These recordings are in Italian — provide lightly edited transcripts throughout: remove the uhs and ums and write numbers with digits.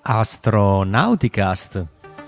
Astronauticast.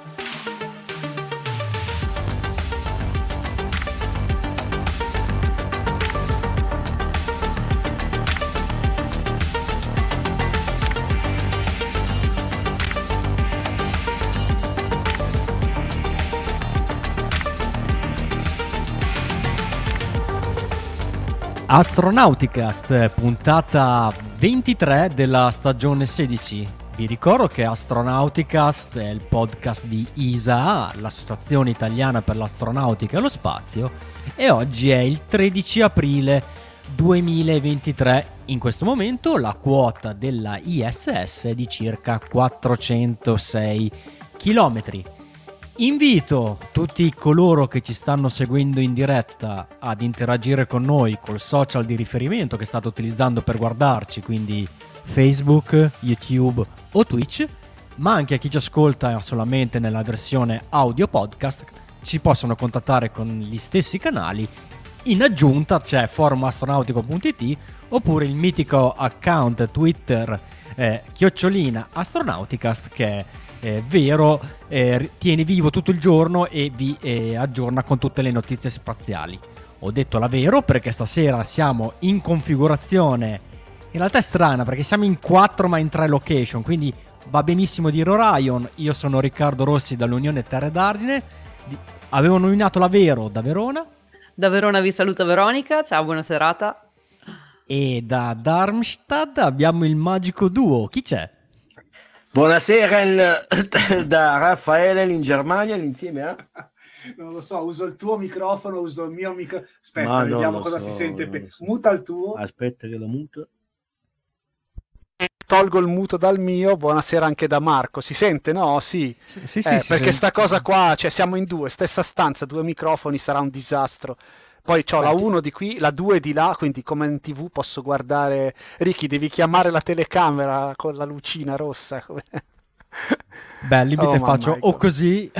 Astronauticast, puntata 23 della stagione 16. Vi ricordo che Astronauticast è il podcast di ISAA, l'Associazione Italiana per l'Astronautica e lo Spazio, e oggi è il 13 aprile 2023. In questo momento la quota della ISS è di circa 406 km. Invito tutti coloro che ci stanno seguendo in diretta ad interagire con noi col social di riferimento che state utilizzando per guardarci, quindi Facebook, YouTube o Twitch, ma anche a chi ci ascolta solamente nella versione audio podcast. Ci possono contattare con gli stessi canali. In aggiunta c'è forumastronautico.it oppure il mitico account Twitter @astronauticast, che è vero, tiene vivo tutto il giorno e vi aggiorna con tutte le notizie spaziali. Ho detto la vero perché stasera siamo in configurazione, in realtà è strana perché siamo in 4 ma in 3 location, quindi va benissimo dire Orion. Io sono Riccardo Rossi dall'Unione Terre d'Argine, avevo nominato la Vero da Verona. Da Verona vi saluta Veronica, ciao, buona serata. E da Darmstadt abbiamo il magico duo, chi c'è? Buonasera da Raffaele in Germania, insieme a... Non lo so, uso il tuo microfono, uso il mio microfono. Aspetta, Ma vediamo cosa si sente. Muta il tuo. Aspetta che lo muto. Tolgo il muto dal mio. Buonasera anche da Marco. Si sente, no? Sì. Sì, perché sta cosa qua, cioè siamo in due, stessa stanza, 2 microfoni, sarà un disastro. Poi c'ho la 1 di qui, la 2 di là, quindi come in TV posso guardare. Ricky, devi chiamare la telecamera con la lucina rossa. Beh, al limite faccio Michael. o così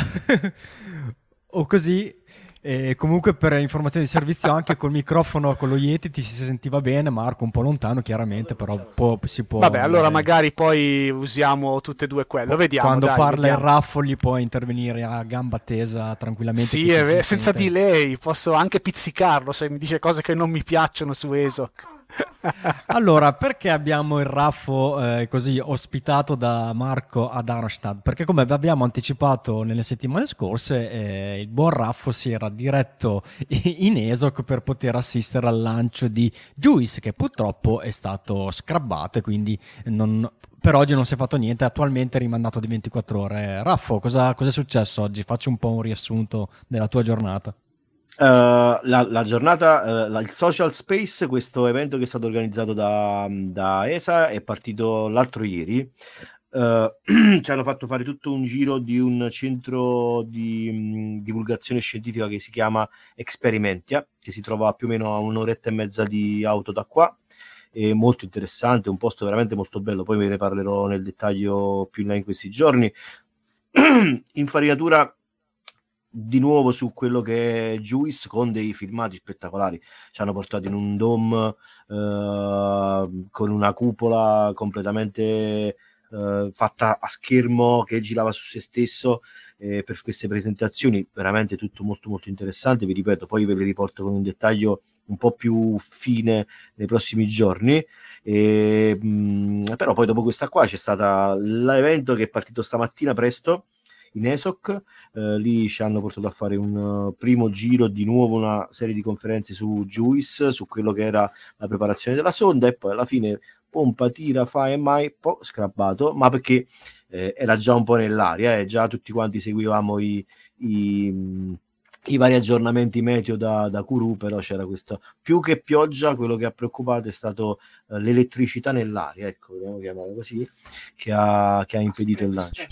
o così. E comunque, per informazioni di servizio, anche col microfono con lo Yeti ti si sentiva bene. Marco un po' lontano chiaramente, però si può. Vabbè, allora magari poi usiamo tutte e due quello, vediamo. Quando dai, parla vediamo. il Raffoli puoi intervenire a gamba tesa tranquillamente. Sì, senza delay, posso anche pizzicarlo se mi dice cose che non mi piacciono su ESO. Allora, perché abbiamo il Raffo così ospitato da Marco ad Darmstadt? Perché, come vi abbiamo anticipato nelle settimane scorse, il buon Raffo si era diretto in ESOC per poter assistere al lancio di JUICE, che purtroppo è stato scrabbato e quindi per oggi non si è fatto niente. Attualmente è rimandato di 24 ore. Raffo, cosa è successo oggi? Facci un po' un riassunto della tua giornata. La giornata, il Social Space, questo evento che è stato organizzato da ESA, è partito l'altro ieri. Ci hanno fatto fare tutto un giro di un centro di divulgazione scientifica che si chiama Experimentia, che si trova più o meno a un'oretta e mezza di auto da qua. È molto interessante, un posto veramente molto bello, poi ve ne parlerò nel dettaglio più in là in questi giorni. Infarinatura di nuovo su quello che è JUICE, con dei filmati spettacolari. Ci hanno portato in un dome con una cupola completamente fatta a schermo che girava su se stesso, per queste presentazioni veramente tutto molto molto interessante. Vi ripeto, poi ve le riporto con un dettaglio un po' più fine nei prossimi giorni. Però poi dopo questa qua c'è stato l'evento che è partito stamattina presto in ESOC. Lì ci hanno portato a fare un primo giro, di nuovo una serie di conferenze su JUICE, su quello che era la preparazione della sonda, e poi alla fine pompa, tira, fa e mai, un po' scrabbato, ma perché era già un po' nell'aria, già tutti quanti seguivamo i vari aggiornamenti meteo da Kourou, però c'era questo, più che pioggia, quello che ha preoccupato è stato l'elettricità nell'aria, ecco, dobbiamo chiamarlo così, che ha impedito il lancio.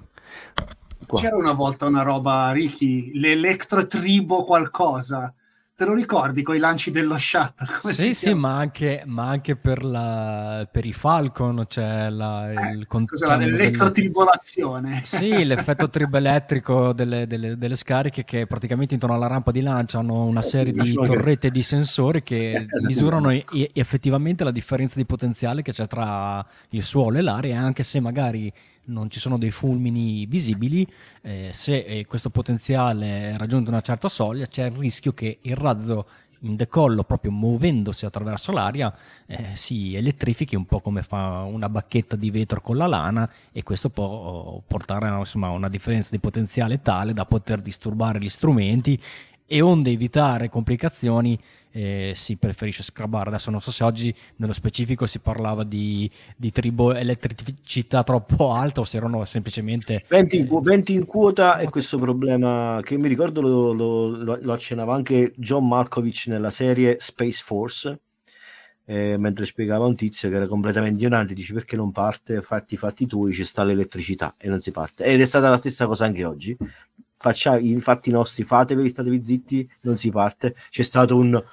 C'era una volta una roba, Ricky, l'elettrotribo qualcosa, Te lo ricordi con i lanci dello shuttle? Come sì, ma anche per i Falcon c'è cos'è l'elettrotribolazione? Sì, l'effetto triboelettrico delle scariche, che praticamente intorno alla rampa di lancio hanno una serie di torrette di sensori che misurano effettivamente la differenza di potenziale che c'è tra il suolo e l'aria, anche se magari non ci sono dei fulmini visibili. Se questo potenziale raggiunge una certa soglia, c'è il rischio che il razzo in decollo, proprio muovendosi attraverso l'aria, si elettrifichi, un po' come fa una bacchetta di vetro con la lana, e questo può portare a una differenza di potenziale tale da poter disturbare gli strumenti, e onde evitare complicazioni si preferisce scrabare. Adesso non so se oggi nello specifico si parlava di triboelettricità troppo alta o se erano semplicemente venti in quota, e questo problema che mi ricordo lo accennava anche John Malkovich nella serie Space Force, mentre spiegava un tizio che era completamente ignorante, dice: perché non parte, fatti tuoi, ci sta l'elettricità e non si parte. Ed è stata la stessa cosa anche oggi. Infatti nostri, fatevi, statevi zitti, non si parte. C'è stato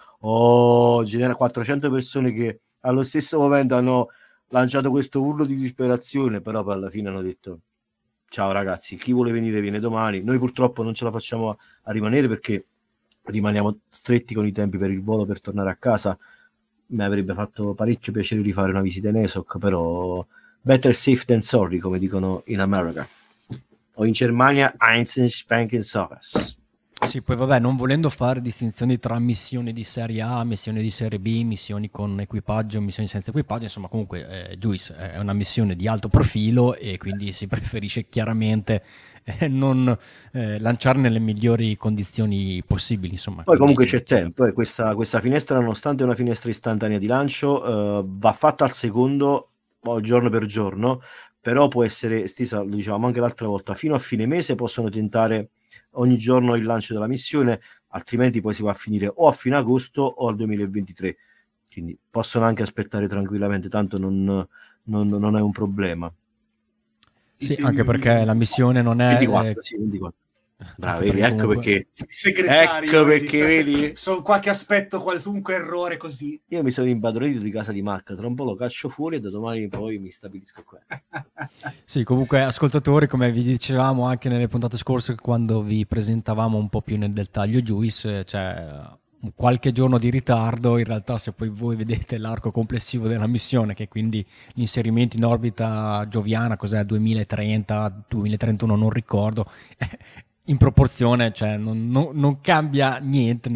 genera 400 persone che allo stesso momento hanno lanciato questo urlo di disperazione, però poi alla fine hanno detto: ciao ragazzi, chi vuole venire viene domani, noi purtroppo non ce la facciamo a rimanere perché rimaniamo stretti con i tempi per il volo per tornare a casa. Mi avrebbe fatto parecchio piacere di fare una visita in ESOC, però better safe than sorry, come dicono in America, o in Germania Einsatzspankensaurus. Sì, poi vabbè, non volendo fare distinzioni tra missioni di serie A, missioni di serie B, missioni con equipaggio, missioni senza equipaggio, insomma comunque JUICE è una missione di alto profilo e quindi si preferisce chiaramente non lanciare nelle migliori condizioni possibili, insomma. Poi comunque c'è tempo, questa finestra, nonostante è una finestra istantanea di lancio, va fatta al secondo, giorno per giorno, però può essere estesa, lo dicevamo anche l'altra volta, fino a fine mese possono tentare ogni giorno il lancio della missione, altrimenti poi si va a finire o a fine agosto o al 2023, quindi possono anche aspettare tranquillamente, tanto non è un problema. Sì, anche perché la missione non è 24, sì, 24. Bravo, vedi, ecco perché segretario, vedi, su qualche aspetto, qualunque errore così. Io mi sono impadronito di casa di Marco, tra un po' lo caccio fuori e da domani poi mi stabilisco qua. Sì, comunque ascoltatori, come vi dicevamo anche nelle puntate scorse quando vi presentavamo un po' più nel dettaglio JUICE, c'è qualche giorno di ritardo. In realtà, se poi voi vedete l'arco complessivo della missione, che quindi l'inserimento in orbita gioviana, cos'è, 2030, 2031, non ricordo, in proporzione, cioè non cambia niente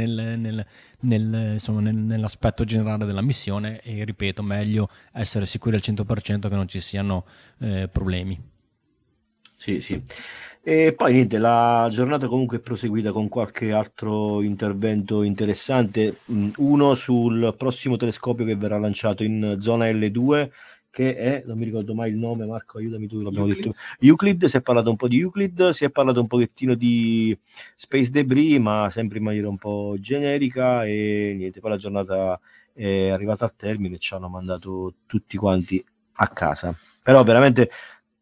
nell'aspetto generale della missione, e ripeto, meglio essere sicuri al 100% che non ci siano problemi. Sì. E poi niente, la giornata comunque è proseguita con qualche altro intervento interessante, uno sul prossimo telescopio che verrà lanciato in zona L2, che è, non mi ricordo mai il nome, Marco aiutami tu, l'abbiamo detto, Euclid. Si è parlato un po' di Euclid, si è parlato un pochettino di Space Debris, ma sempre in maniera un po' generica, e niente, poi la giornata è arrivata al termine e ci hanno mandato tutti quanti a casa, però veramente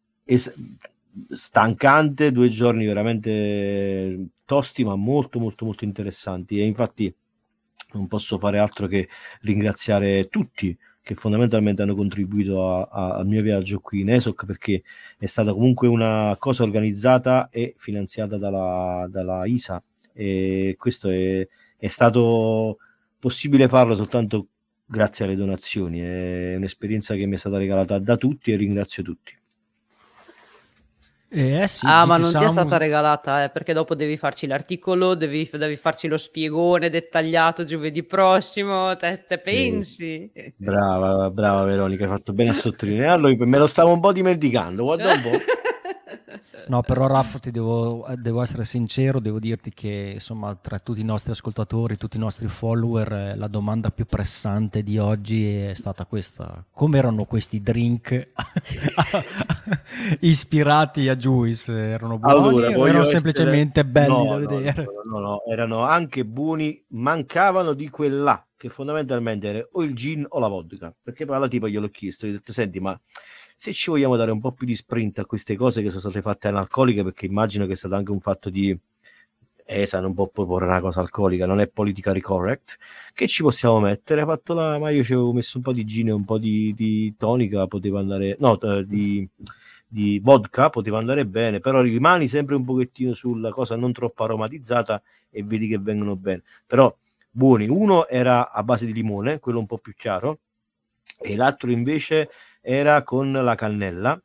stancante, 2 giorni veramente tosti ma molto molto molto interessanti, e infatti non posso fare altro che ringraziare tutti che fondamentalmente hanno contribuito al mio viaggio qui in ESOC, perché è stata comunque una cosa organizzata e finanziata dalla ISA, e questo è stato possibile farlo soltanto grazie alle donazioni. È un'esperienza che mi è stata regalata da tutti e ringrazio tutti. Sì, ma non ti è stata regalata, perché dopo devi farci l'articolo, devi farci lo spiegone dettagliato giovedì prossimo, te pensi? Brava Veronica, hai fatto bene a sottolinearlo, me lo stavo un po' dimenticando, guarda un po'. No, però Raffa, devo essere sincero, devo dirti che insomma tra tutti i nostri ascoltatori, tutti i nostri follower, la domanda più pressante di oggi è stata questa: come erano questi drink ispirati a JUICE? Erano buoni o erano semplicemente belli da vedere? No, erano anche buoni, mancavano di quella che fondamentalmente era o il gin o la vodka, perché poi alla tipa gliel'ho chiesto, gli ho detto: senti, ma se ci vogliamo dare un po' più di sprint a queste cose che sono state fatte analcoliche, perché immagino che è stato anche un fatto di ESA non può proporre una cosa alcolica, non è politically correct, che ci possiamo mettere? Ha fatto ma io ci avevo messo un po' di gin e un po' di tonica, poteva andare, no, di vodka, poteva andare bene, però rimani sempre un pochettino sulla cosa non troppo aromatizzata e vedi che vengono bene. Però buoni, uno era a base di limone, quello un po' più chiaro, e l'altro invece era con la cannella,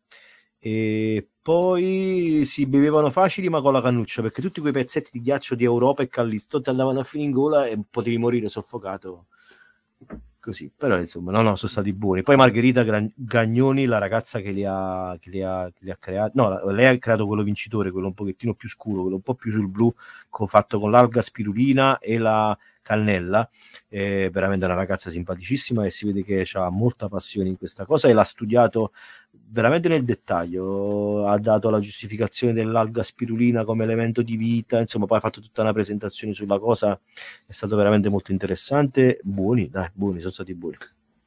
e poi si bevevano facili ma con la cannuccia, perché tutti quei pezzetti di ghiaccio di Europa e Callisto ti andavano a finire in gola e potevi morire soffocato così. Però insomma no, sono stati buoni. Poi Margherita Gagnoni, la ragazza che li ha creati, no, lei ha creato quello vincitore, quello un pochettino più scuro, quello un po' più sul blu, fatto con l'alga spirulina e la cannella. È veramente una ragazza simpaticissima e si vede che ha molta passione in questa cosa e l'ha studiato veramente nel dettaglio. Ha dato la giustificazione dell'alga spirulina come elemento di vita, insomma poi ha fatto tutta una presentazione sulla cosa, è stato veramente molto interessante. Buoni, sono stati buoni.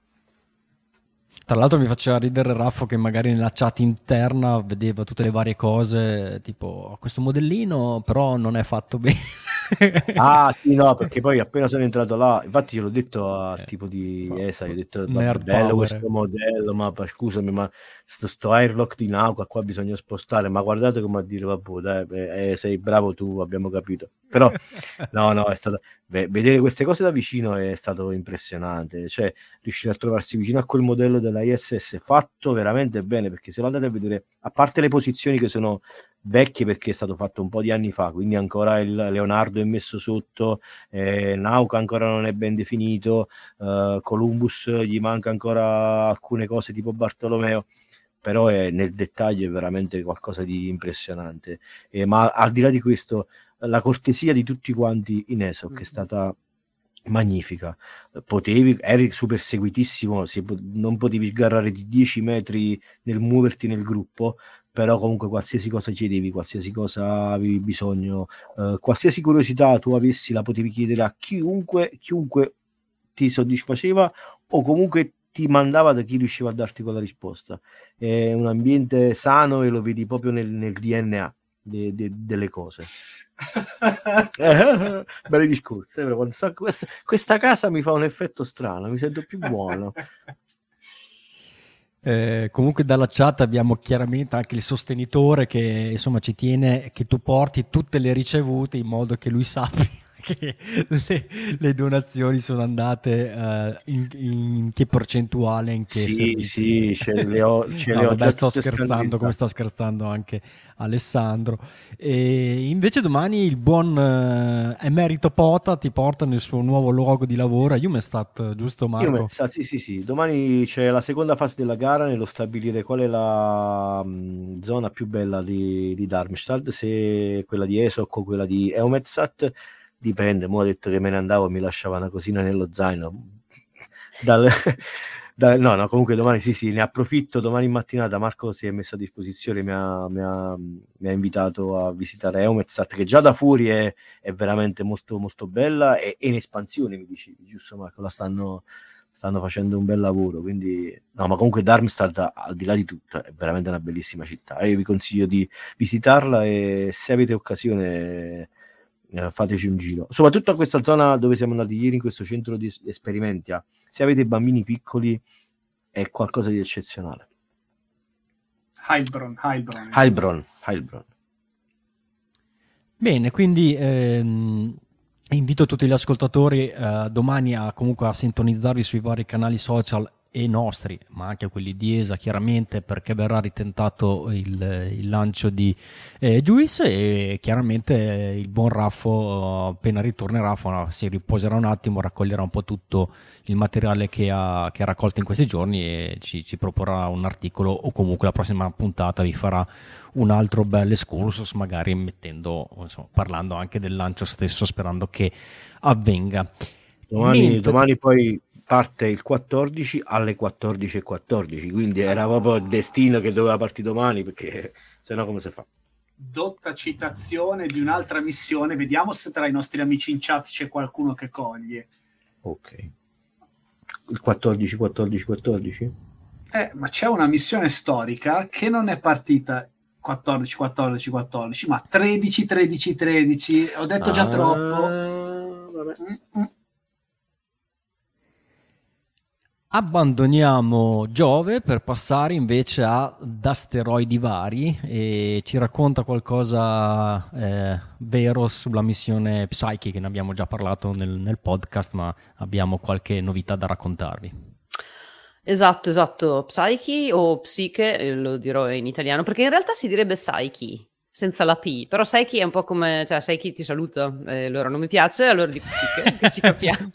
Tra l'altro mi faceva ridere Raffo che magari nella chat interna vedeva tutte le varie cose, tipo questo modellino però non è fatto bene. Ah sì, no, perché poi appena sono entrato là, infatti io l'ho detto a tipo di ESA, gli ho detto bello power. Questo modello, ma scusami, ma sto airlock di Nauka qua bisogna spostare, ma guardate come a dire, vabbè dai, sei bravo tu, abbiamo capito. Però no, è stato vedere queste cose da vicino è stato impressionante, cioè riuscire a trovarsi vicino a quel modello della ISS fatto veramente bene, perché se lo andate a vedere, a parte le posizioni che sono vecchie perché è stato fatto un po' di anni fa, quindi ancora il Leonardo è messo sotto, Nauka ancora non è ben definito, Columbus gli manca ancora alcune cose tipo Bartolomeo, però nel dettaglio è veramente qualcosa di impressionante. Ma al di là di questo, la cortesia di tutti quanti in ESOC è stata magnifica. Eri super seguitissimo, non potevi sgarrare di 10 metri nel muoverti nel gruppo, però comunque qualsiasi cosa chiedevi, qualsiasi cosa avevi bisogno, qualsiasi curiosità tu avessi la potevi chiedere a chiunque ti soddisfaceva o comunque ti mandava da chi riusciva a darti quella risposta. È un ambiente sano e lo vedi proprio nel DNA delle cose. Belli discorsi, quando questa casa mi fa un effetto strano, mi sento più buono. Comunque dalla chat abbiamo chiaramente anche il sostenitore che insomma ci tiene che tu porti tutte le ricevute in modo che lui sappia che le donazioni sono andate in che percentuale, in che servizi. Ce le ho già sto scherzando, come sta scherzando anche Alessandro. E invece domani il buon Emerito Pota ti porta nel suo nuovo luogo di lavoro a Humestat, giusto Marco? Sì. Domani c'è la seconda fase della gara nello stabilire qual è la zona più bella di Darmstadt, se quella di ESOC o quella di Eumetsat. Dipende, mo ho detto che me ne andavo e mi lasciava una cosina nello zaino. No, comunque domani sì, ne approfitto. Domani mattinata Marco si è messo a disposizione, mi ha invitato a visitare Eumetsat, che già da fuori è veramente molto molto bella e in espansione, mi dici, giusto Marco? La stanno facendo un bel lavoro, quindi no, ma comunque Darmstadt al di là di tutto è veramente una bellissima città e io vi consiglio di visitarla e se avete occasione fateci un giro, soprattutto a questa zona dove siamo andati ieri, in questo centro di esperimenti. Se avete bambini piccoli è qualcosa di eccezionale. Heilbronn. Bene, quindi invito tutti gli ascoltatori domani comunque a sintonizzarvi sui vari canali social e nostri, ma anche quelli di ESA chiaramente, perché verrà ritentato il lancio di Juice e chiaramente il buon Raffo appena ritornerà si riposerà un attimo, raccoglierà un po' tutto il materiale che ha raccolto in questi giorni e ci proporrà un articolo o comunque la prossima puntata vi farà un altro bel excursus, magari parlando anche del lancio stesso, sperando che avvenga. Domani poi parte il 14 alle 14:14, quindi era proprio il destino che doveva partire domani, perché sennò come si fa? Dotta citazione di un'altra missione, vediamo se tra i nostri amici in chat c'è qualcuno che coglie. Ok, il 14. Ma c'è una missione storica che non è partita 14, 14, 14, ma 13, 13, 13, ho detto già troppo. Vabbè. Abbandoniamo Giove per passare invece ad asteroidi vari, e ci racconta qualcosa vero sulla missione Psyche, che ne abbiamo già parlato nel podcast, ma abbiamo qualche novità da raccontarvi. Esatto, Psyche o Psiche, lo dirò in italiano, perché in realtà si direbbe Psyche, senza la P, però Psyche è un po' come, cioè Psyche ti saluta, allora non mi piace, allora dico Psiche, che ci capiamo.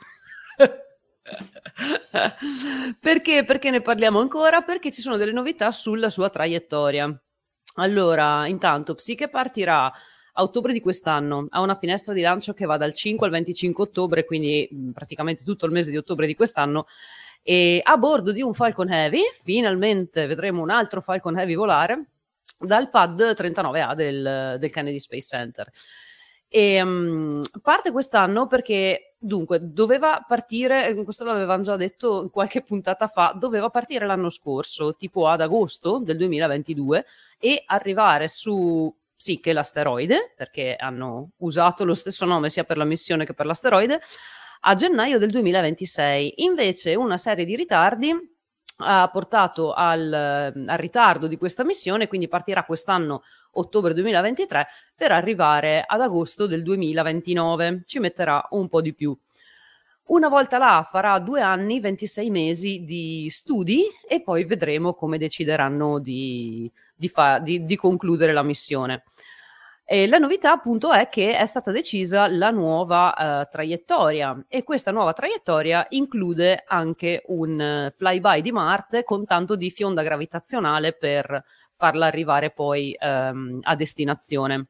Perché ne parliamo ancora? Perché ci sono delle novità sulla sua traiettoria. Allora, intanto, Psiche partirà a ottobre di quest'anno, ha una finestra di lancio che va dal 5 al 25 ottobre, quindi praticamente tutto il mese di ottobre di quest'anno, e a bordo di un Falcon Heavy, finalmente vedremo un altro Falcon Heavy volare, dal pad 39A del Kennedy Space Center. E parte quest'anno perché dunque doveva partire, questo l'avevamo già detto qualche puntata fa, doveva partire l'anno scorso, tipo ad agosto del 2022, e arrivare su Psyche, l'asteroide, perché hanno usato lo stesso nome sia per la missione che per l'asteroide, a gennaio del 2026. Invece una serie di ritardi ha portato al ritardo di questa missione, quindi partirà quest'anno ottobre 2023 per arrivare ad agosto del 2029, ci metterà un po' di più. Una volta là farà 2 anni, 26 mesi di studi e poi vedremo come decideranno di concludere la missione. E la novità appunto è che è stata decisa la nuova traiettoria, e questa nuova traiettoria include anche un flyby di Marte con tanto di fionda gravitazionale per farla arrivare poi a destinazione.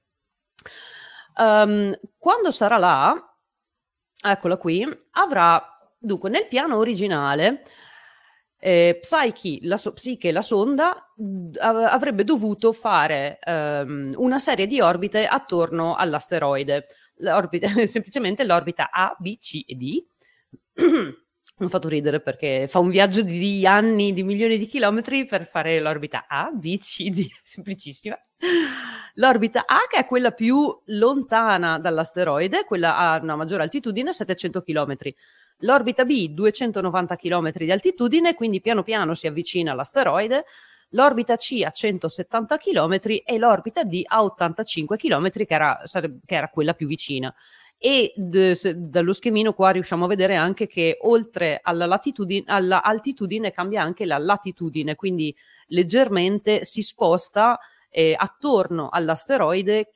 Quando sarà là, eccola qui, avrà dunque nel piano originale Psyche, la sonda, avrebbe dovuto fare una serie di orbite attorno all'asteroide, semplicemente l'orbita A, B, C e D. Mi ha fatto ridere perché fa un viaggio di anni, di milioni di chilometri per fare l'orbita A, B, C, D, semplicissima. L'orbita A, che è quella più lontana dall'asteroide, quella a una maggiore altitudine, 700 km. L'orbita B, 290 km di altitudine, quindi piano piano si avvicina all'asteroide. L'orbita C a 170 km e l'orbita D a 85 km, che era quella più vicina. E dallo schemino qua riusciamo a vedere anche che oltre all'altitudine cambia anche la latitudine, quindi leggermente si sposta attorno all'asteroide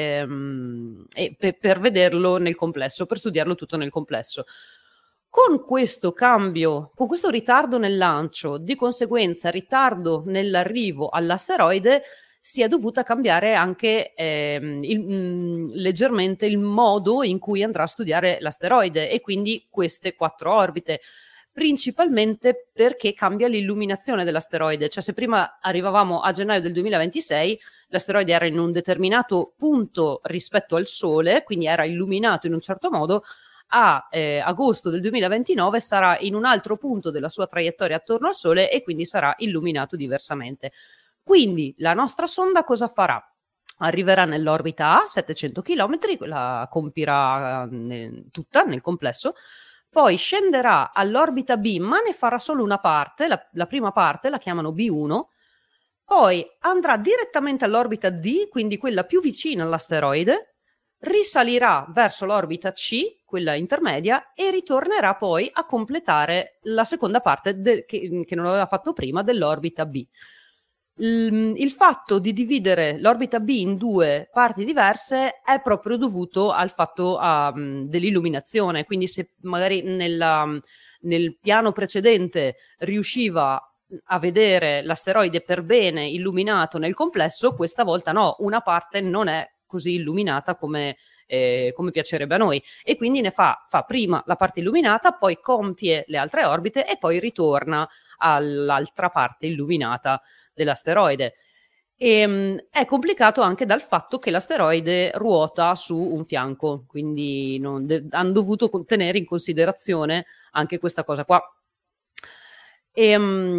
per vederlo nel complesso, per studiarlo tutto nel complesso. Con questo cambio, con questo ritardo nel lancio, di conseguenza ritardo nell'arrivo all'asteroide, si è dovuta cambiare anche leggermente il modo in cui andrà a studiare l'asteroide, e quindi queste 4 orbite, principalmente perché cambia l'illuminazione dell'asteroide. Cioè, se prima arrivavamo a gennaio del 2026, l'asteroide era in un determinato punto rispetto al Sole, quindi era illuminato in un certo modo, a agosto del 2029 sarà in un altro punto della sua traiettoria attorno al Sole e quindi sarà illuminato diversamente. Quindi la nostra sonda cosa farà? Arriverà nell'orbita A, 700 km, la compirà tutta nel complesso, poi scenderà all'orbita B, ma ne farà solo una parte, la prima parte la chiamano B1, poi andrà direttamente all'orbita D, quindi quella più vicina all'asteroide, risalirà verso l'orbita C, quella intermedia, e ritornerà poi a completare la seconda parte che non aveva fatto prima dell'orbita B. Il fatto di dividere l'orbita B in 2 parti diverse è proprio dovuto al fatto dell'illuminazione, quindi se magari nel piano precedente riusciva a vedere l'asteroide per bene illuminato nel complesso, questa volta no, una parte non è così illuminata come piacerebbe a noi, e quindi ne fa prima la parte illuminata, poi compie le altre orbite e poi ritorna all'altra parte illuminata dell'asteroide. E è complicato anche dal fatto che l'asteroide ruota su un fianco, quindi hanno dovuto tenere in considerazione anche questa cosa qua.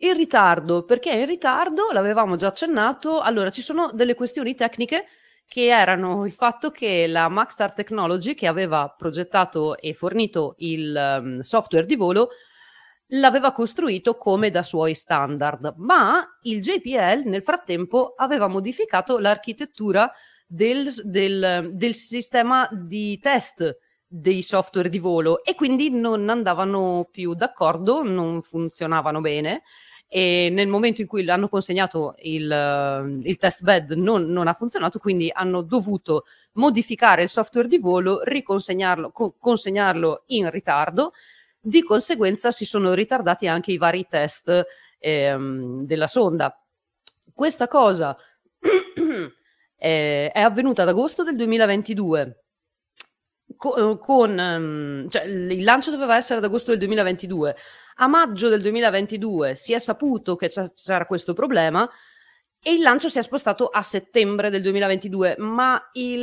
In ritardo, perché in ritardo, l'avevamo già accennato, allora ci sono delle questioni tecniche che erano il fatto che la Maxar Technology, che aveva progettato e fornito il software di volo, l'aveva costruito come da suoi standard, ma il JPL nel frattempo aveva modificato l'architettura del sistema di test dei software di volo e quindi non andavano più d'accordo, non funzionavano bene. E nel momento in cui l'hanno consegnato il test bed non ha funzionato, quindi hanno dovuto modificare il software di volo, riconsegnarlo, consegnarlo in ritardo. Di conseguenza si sono ritardati anche i vari test della sonda. Questa cosa è avvenuta ad agosto del 2022. Cioè, il lancio doveva essere ad agosto del 2022. A maggio del 2022 si è saputo che c'era questo problema e il lancio si è spostato a settembre del 2022, ma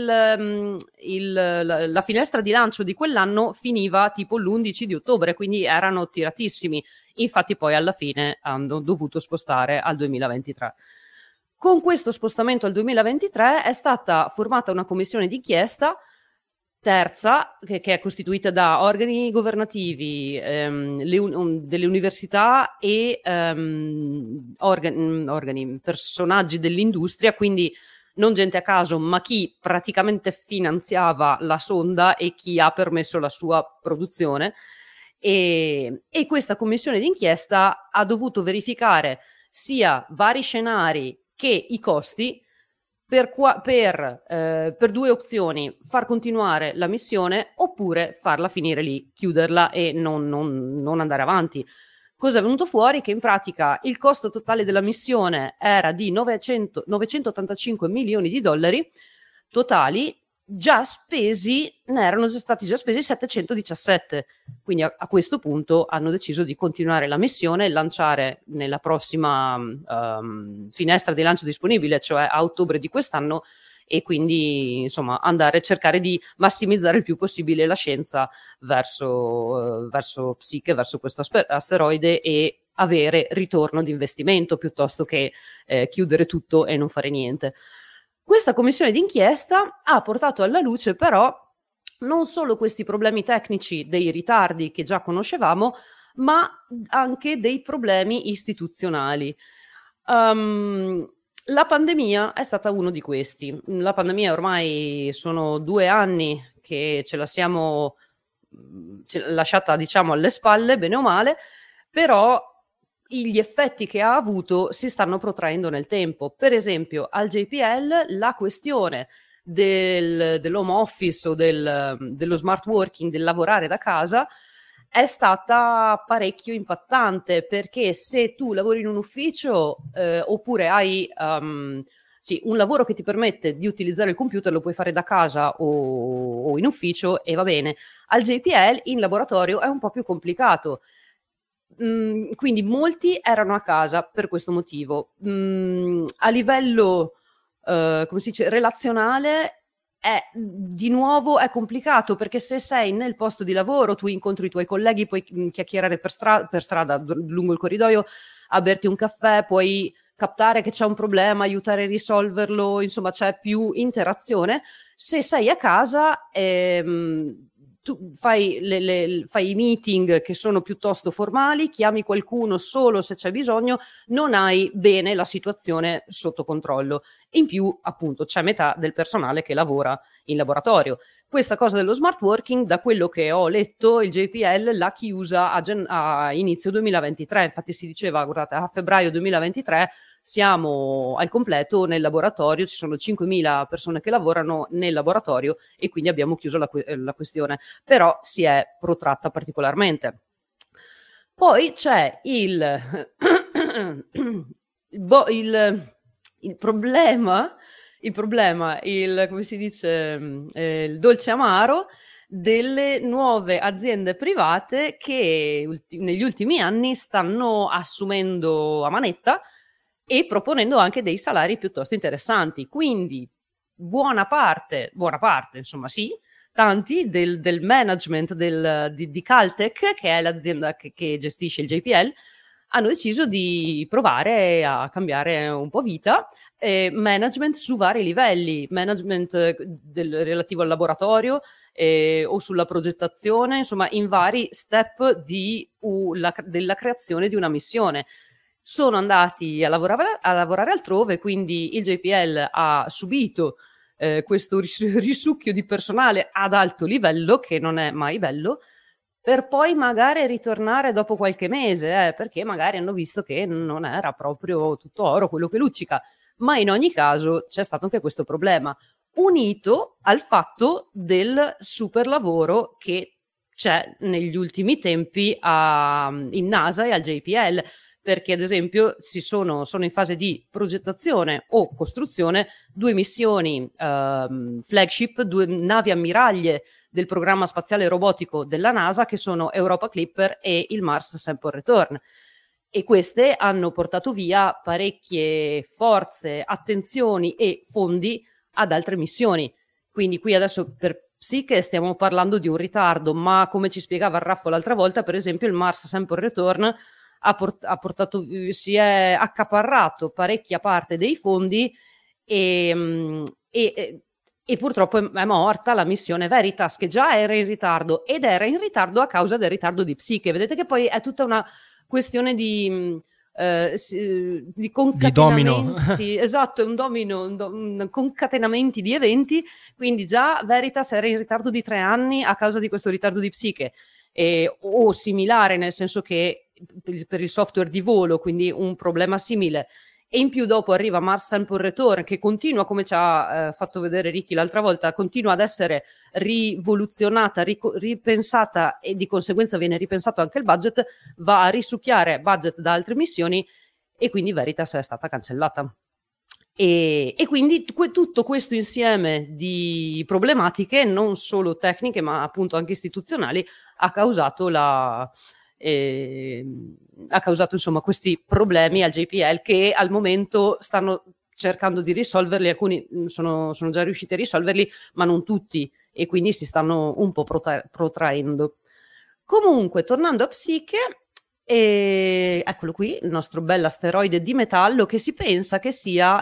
la finestra di lancio di quell'anno finiva tipo l'11 di ottobre, quindi erano tiratissimi. Infatti poi alla fine hanno dovuto spostare al 2023. Con questo spostamento al 2023 è stata formata una commissione d'inchiesta terza, che è costituita da organi governativi, delle università e personaggi dell'industria, quindi non gente a caso, ma chi praticamente finanziava la sonda e chi ha permesso la sua produzione. E questa commissione d'inchiesta ha dovuto verificare sia vari scenari che i costi per due opzioni: far continuare la missione oppure farla finire lì, chiuderla e non andare avanti. Cosa è venuto fuori? Che in pratica il costo totale della missione era di 985 milioni di dollari totali, già spesi, ne erano stati già spesi 717. Quindi a questo punto hanno deciso di continuare la missione e lanciare nella prossima finestra di lancio disponibile, cioè a ottobre di quest'anno, e quindi insomma andare a cercare di massimizzare il più possibile la scienza verso Psyche, verso questo asteroide, e avere ritorno di investimento piuttosto che chiudere tutto e non fare niente. Questa commissione d'inchiesta ha portato alla luce però non solo questi problemi tecnici dei ritardi che già conoscevamo, ma anche dei problemi istituzionali. La pandemia è stata uno di questi. La pandemia ormai sono 2 anni che ce la siamo lasciata, diciamo, alle spalle, bene o male, però gli effetti che ha avuto si stanno protraendo nel tempo. Per esempio, al JPL la questione dell'home office o dello smart working, del lavorare da casa, è stata parecchio impattante, perché se tu lavori in un ufficio oppure hai un lavoro che ti permette di utilizzare il computer, lo puoi fare da casa o in ufficio e va bene. Al JPL in laboratorio è un po' più complicato. Quindi molti erano a casa per questo motivo. A livello come si dice, relazionale di nuovo è complicato, perché se sei nel posto di lavoro tu incontri i tuoi colleghi, puoi chiacchierare per strada lungo il corridoio, a berti un caffè, puoi captare che c'è un problema, aiutare a risolverlo, insomma c'è più interazione. Se sei a casa tu fai i meeting che sono piuttosto formali, chiami qualcuno solo se c'è bisogno, non hai bene la situazione sotto controllo. In più, appunto, c'è metà del personale che lavora in laboratorio. Questa cosa dello smart working, da quello che ho letto, il JPL l'ha chiusa a inizio 2023. Infatti si diceva, guardate, a febbraio 2023 siamo al completo nel laboratorio, ci sono 5.000 persone che lavorano nel laboratorio e quindi abbiamo chiuso la questione, però si è protratta particolarmente. Poi c'è il problema, come si dice, il dolce amaro delle nuove aziende private che negli ultimi anni stanno assumendo a manetta e proponendo anche dei salari piuttosto interessanti. Quindi buona parte, insomma sì, tanti del management di Caltech, che è l'azienda che gestisce il JPL, hanno deciso di provare a cambiare un po' vita. Management su vari livelli, management relativo al laboratorio o sulla progettazione, insomma in vari step della creazione di una missione. Sono andati a lavorare altrove, quindi il JPL ha subito questo risucchio di personale ad alto livello, che non è mai bello, per poi magari ritornare dopo qualche mese, perché magari hanno visto che non era proprio tutto oro quello che luccica. Ma in ogni caso c'è stato anche questo problema, unito al fatto del super lavoro che c'è negli ultimi tempi in NASA e al JPL, perché ad esempio sono in fase di progettazione o costruzione 2 missioni flagship, 2 navi ammiraglie del programma spaziale robotico della NASA, che sono Europa Clipper e il Mars Sample Return. E queste hanno portato via parecchie forze, attenzioni e fondi ad altre missioni. Quindi qui adesso per Psiche stiamo parlando di un ritardo, ma come ci spiegava Raffo l'altra volta, per esempio il Mars Sample Return si è accaparrato parecchia parte dei fondi e purtroppo è morta la missione Veritas, che già era in ritardo, ed era in ritardo a causa del ritardo di Psiche. Vedete che poi è tutta una questione di concatenamenti, esatto, un domino, un concatenamenti di eventi. Quindi già Veritas era in ritardo di 3 anni a causa di questo ritardo di Psiche, o similare, nel senso che per il software di volo, quindi un problema simile. E in più dopo arriva Mars Sample Return, che continua, come ci ha fatto vedere Ricky l'altra volta, continua ad essere rivoluzionata, ripensata, e di conseguenza viene ripensato anche il budget, va a risucchiare budget da altre missioni, e quindi Veritas è stata cancellata. E quindi tutto questo insieme di problematiche, non solo tecniche ma appunto anche istituzionali, ha causato insomma questi problemi al JPL, che al momento stanno cercando di risolverli. Alcuni sono già riusciti a risolverli, ma non tutti, e quindi si stanno un po' protraendo. Comunque, tornando a Psiche, eccolo qui, il nostro bel asteroide di metallo, che si pensa che sia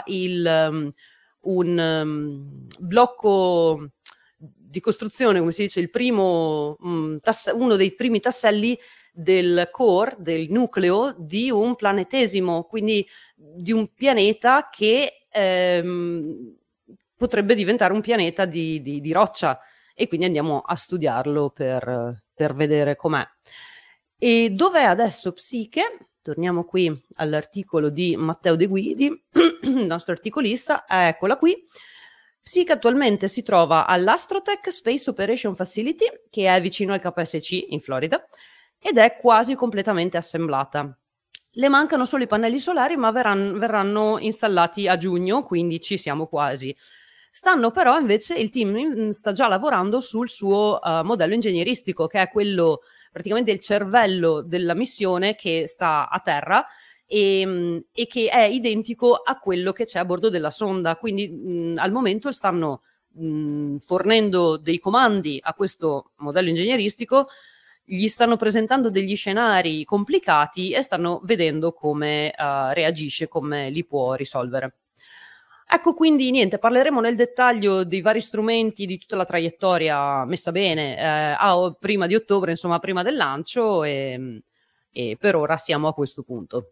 un blocco di costruzione, come si dice, il primo uno dei primi tasselli del core, del nucleo di un planetesimo, quindi di un pianeta che potrebbe diventare un pianeta di roccia, e quindi andiamo a studiarlo per vedere com'è. E dov'è adesso Psiche? Torniamo qui all'articolo di Matteo De Guidi, il nostro articolista. Eccola qui. Psiche attualmente si trova all'Astrotech Space Operation Facility, che è vicino al KSC in Florida, ed è quasi completamente assemblata. Le mancano solo i pannelli solari, ma verranno installati a giugno, quindi ci siamo quasi. Stanno però invece, il team sta già lavorando sul suo modello ingegneristico, che è quello, praticamente il cervello della missione, che sta a terra e che è identico a quello che c'è a bordo della sonda. Quindi al momento stanno fornendo dei comandi a questo modello ingegneristico, gli stanno presentando degli scenari complicati e stanno vedendo come reagisce, come li può risolvere. Ecco, quindi niente, parleremo nel dettaglio dei vari strumenti, di tutta la traiettoria messa bene prima di ottobre, insomma prima del lancio, e per ora siamo a questo punto.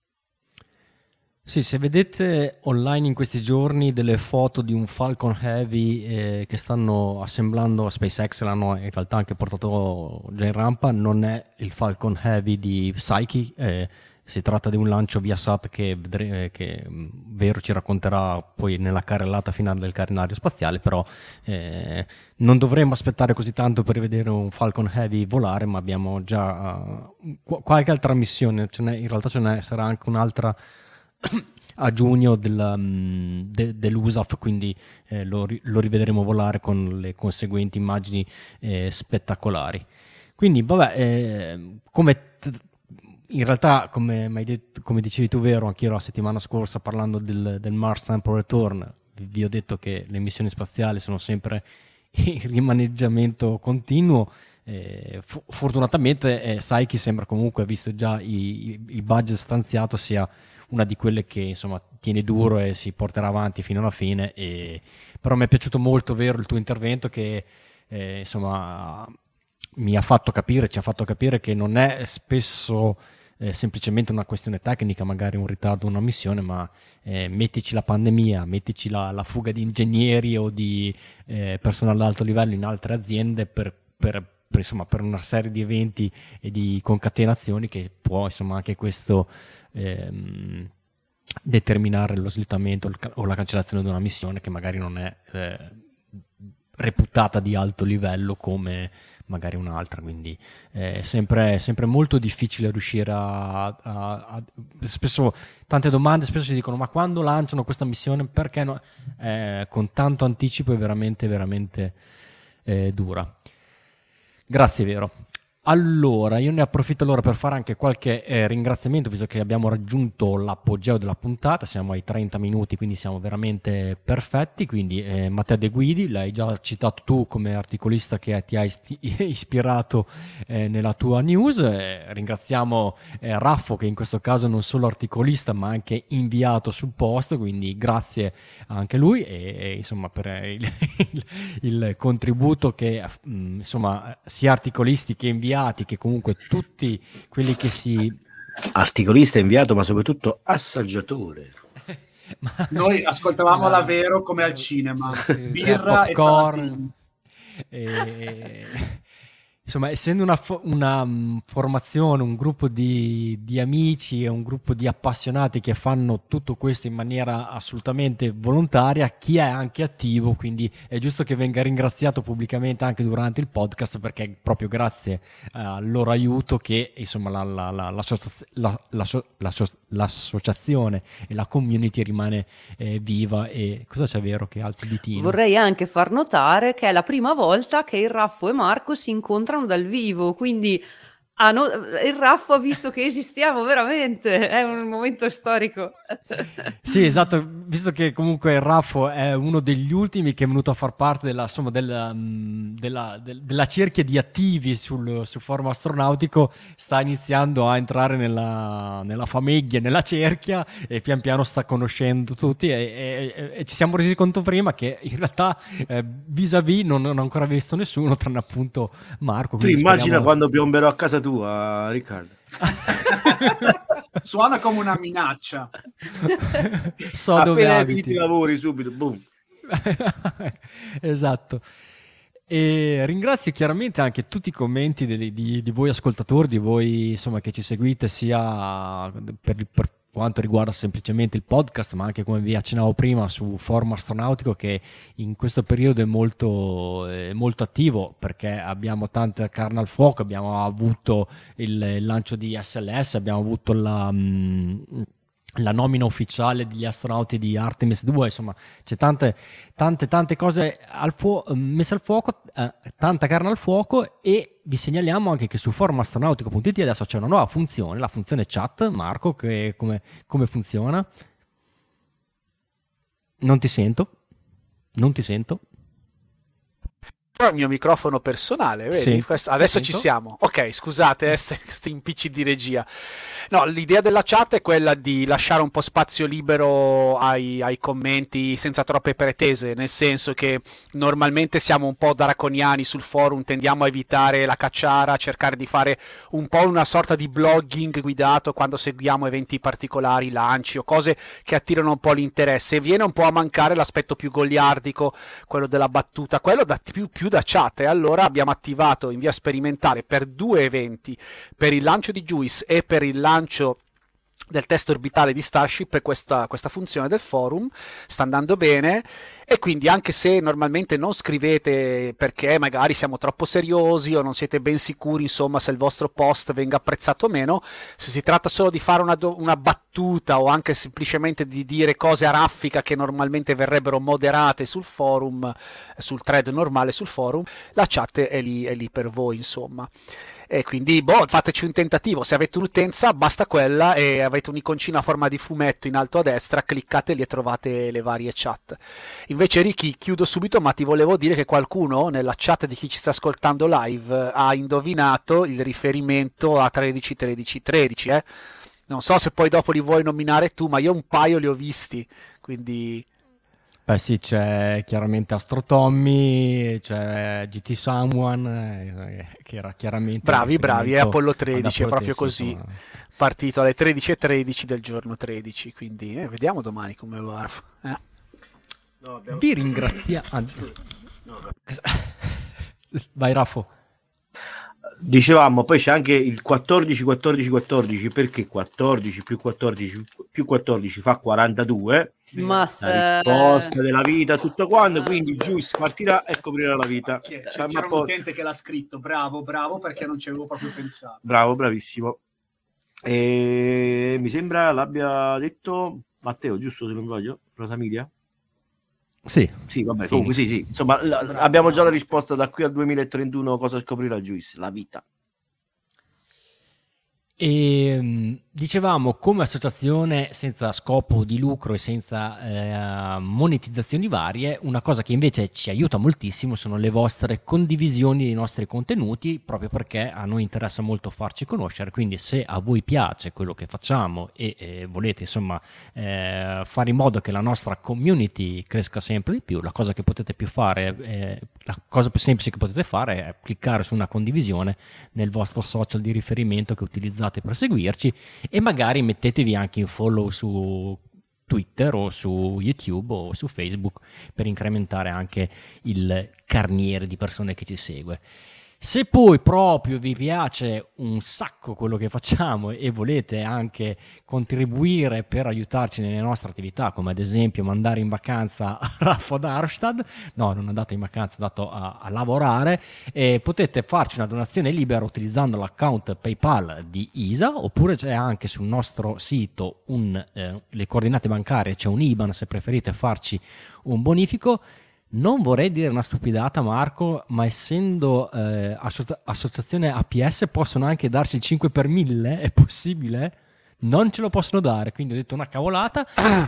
Sì, se vedete online in questi giorni delle foto di un Falcon Heavy che stanno assemblando, SpaceX l'hanno in realtà anche portato già in rampa, non è il Falcon Heavy di Psyche, si tratta di un lancio Viasat che Vero ci racconterà poi nella carrellata finale del calendario spaziale, però non dovremmo aspettare così tanto per vedere un Falcon Heavy volare, ma abbiamo già qualche altra missione. In realtà sarà anche un'altra a giugno dell'USAF, quindi lo rivedremo volare con le conseguenti immagini spettacolari. Quindi vabbè, in realtà come dicevi tu, Vero, anch'io la settimana scorsa parlando del Mars Sample Return vi ho detto che le missioni spaziali sono sempre in rimaneggiamento continuo. fortunatamente Saiki sembra comunque, visto già il budget stanziato, sia una di quelle che insomma tiene duro e si porterà avanti fino alla fine. Però mi è piaciuto molto, vero, il tuo intervento che insomma ci ha fatto capire che non è spesso semplicemente una questione tecnica, magari un ritardo, una missione, ma mettici la pandemia, mettici la fuga di ingegneri o di personale ad alto livello in altre aziende per una serie di eventi e di concatenazioni che può insomma anche questo determinare lo slittamento o la cancellazione di una missione che magari non è reputata di alto livello come magari un'altra, quindi è sempre molto difficile riuscire spesso tante domande, spesso si dicono ma quando lanciano questa missione, perché no? Con tanto anticipo è veramente dura. Grazie, vero. Allora, io ne approfitto per fare anche qualche ringraziamento, visto che abbiamo raggiunto l'apogeo della puntata, siamo ai 30 minuti, quindi siamo veramente perfetti. Quindi Matteo De Guidi, l'hai già citato tu come articolista che ti ha ispirato nella tua news. Ringraziamo Raffo, che in questo caso non solo articolista ma anche inviato sul post, quindi grazie anche lui e insomma per il contributo che insomma sia articolisti che inviati, che comunque tutti quelli che si... Articolista, inviato, ma soprattutto assaggiatore. Noi ascoltavamo la Vero come al cinema, birra e popcorn, insomma, essendo una formazione, un gruppo di amici e un gruppo di appassionati che fanno tutto questo in maniera assolutamente volontaria, chi è anche attivo, quindi è giusto che venga ringraziato pubblicamente anche durante il podcast, perché è proprio grazie al loro aiuto che insomma l'associazione e la community rimane viva. E cosa c'è, vero, che alzi il ditino? Vorrei anche far notare che è la prima volta che il Raffo e Marco si incontrano dal vivo, quindi il Raffo ha visto che esistiamo veramente, è un momento storico. Sì, esatto, visto che comunque il Raffo è uno degli ultimi che è venuto a far parte della cerchia di attivi sul forum astronautico, sta iniziando a entrare nella famiglia, nella cerchia, e pian piano sta conoscendo tutti e ci siamo resi conto prima che in realtà vis-à-vis non ho ancora visto nessuno tranne appunto Marco. Tu immagina quando piomberò a casa tua, Riccardo. Suona come una minaccia. So dove abiti. I lavori subito, boom. Esatto. E ringrazio chiaramente anche tutti i commenti di voi ascoltatori, di voi insomma che ci seguite sia per quanto riguarda semplicemente il podcast, ma anche, come vi accennavo prima, su Forum Astronautico, che in questo periodo è molto attivo, perché abbiamo tanta carne al fuoco. Abbiamo avuto il lancio di SLS, abbiamo avuto la nomina ufficiale degli astronauti di Artemis 2, insomma c'è tante cose messe al fuoco, tanta carne al fuoco. E vi segnaliamo anche che su forumastronautico.it adesso c'è una nuova funzione, la funzione chat. Marco, che come funziona? Non ti sento. Il mio microfono personale, vedi? Sì, adesso ci siamo. Ok, scusate, sti impicci di regia. No, l'idea della chat è quella di lasciare un po' spazio libero ai commenti senza troppe pretese, nel senso che normalmente siamo un po' draconiani sul forum, tendiamo a evitare la cacciara, a cercare di fare un po' una sorta di blogging guidato quando seguiamo eventi particolari, lanci o cose che attirano un po' l'interesse, e viene un po' a mancare l'aspetto più goliardico, quello della battuta, quello più da chat. E allora abbiamo attivato in via sperimentale per 2 eventi, per il lancio di JUICE e per il lancio del test orbitale di Starship, questa funzione del forum. Sta andando bene, e quindi anche se normalmente non scrivete perché magari siamo troppo seriosi o non siete ben sicuri insomma se il vostro post venga apprezzato o meno, se si tratta solo di fare una battuta o anche semplicemente di dire cose a raffica che normalmente verrebbero moderate sul forum, sul thread normale sul forum, la chat è lì per voi insomma. E quindi fateci un tentativo, se avete un'utenza basta quella e avete un'iconcina a forma di fumetto in alto a destra, cliccate lì e trovate le varie chat. Invece Ricky, chiudo subito, ma ti volevo dire che qualcuno nella chat di chi ci sta ascoltando live ha indovinato il riferimento a 13 13 13, eh? Non so se poi dopo li vuoi nominare tu, ma io un paio li ho visti, quindi... Beh sì, c'è chiaramente Astro Tommy, c'è GT Someone, che era chiaramente... Bravi, è Apollo 13, è proprio 13, così, insomma. Partito alle 13:13 del giorno 13, quindi vediamo domani come va. Vi ringraziamo... Vai Raffo. Dicevamo, poi c'è anche il 14 14 14, perché 14 più 14 più 14 fa 42, Ma la risposta della vita, tutto quanto, quindi Juice partirà e coprirà la vita. C'era un utente che l'ha scritto, bravo, perché non ci avevo proprio pensato. Bravo, bravissimo. E mi sembra l'abbia detto Matteo, giusto, se non sbaglio, Rosamilia? Sì, vabbè, comunque sì. Insomma, abbiamo già la risposta da qui al 2031, cosa scoprirà Juice? La vita. E dicevamo, come associazione senza scopo di lucro e senza monetizzazioni varie, una cosa che invece ci aiuta moltissimo sono le vostre condivisioni dei nostri contenuti, proprio perché a noi interessa molto farci conoscere. Quindi se a voi piace quello che facciamo e volete insomma fare in modo che la nostra community cresca sempre di più, la cosa che potete più fare, la cosa più semplice che potete fare è cliccare su una condivisione nel vostro social di riferimento che utilizzate per seguirci, e magari mettetevi anche in follow su Twitter o su YouTube o su Facebook per incrementare anche il carniere di persone che ci segue. Se poi proprio vi piace un sacco quello che facciamo e volete anche contribuire per aiutarci nelle nostre attività, come ad esempio mandare in vacanza a Raffo ad Arstad, no, non andate in vacanza, è andato a lavorare, potete farci una donazione libera utilizzando l'account PayPal di ISA, oppure c'è anche sul nostro sito le coordinate bancarie, c'è un IBAN se preferite farci un bonifico. Non vorrei dire una stupidata, Marco, ma essendo associazione APS possono anche darci il 5 per 1000? È possibile? Non ce lo possono dare, quindi ho detto una cavolata.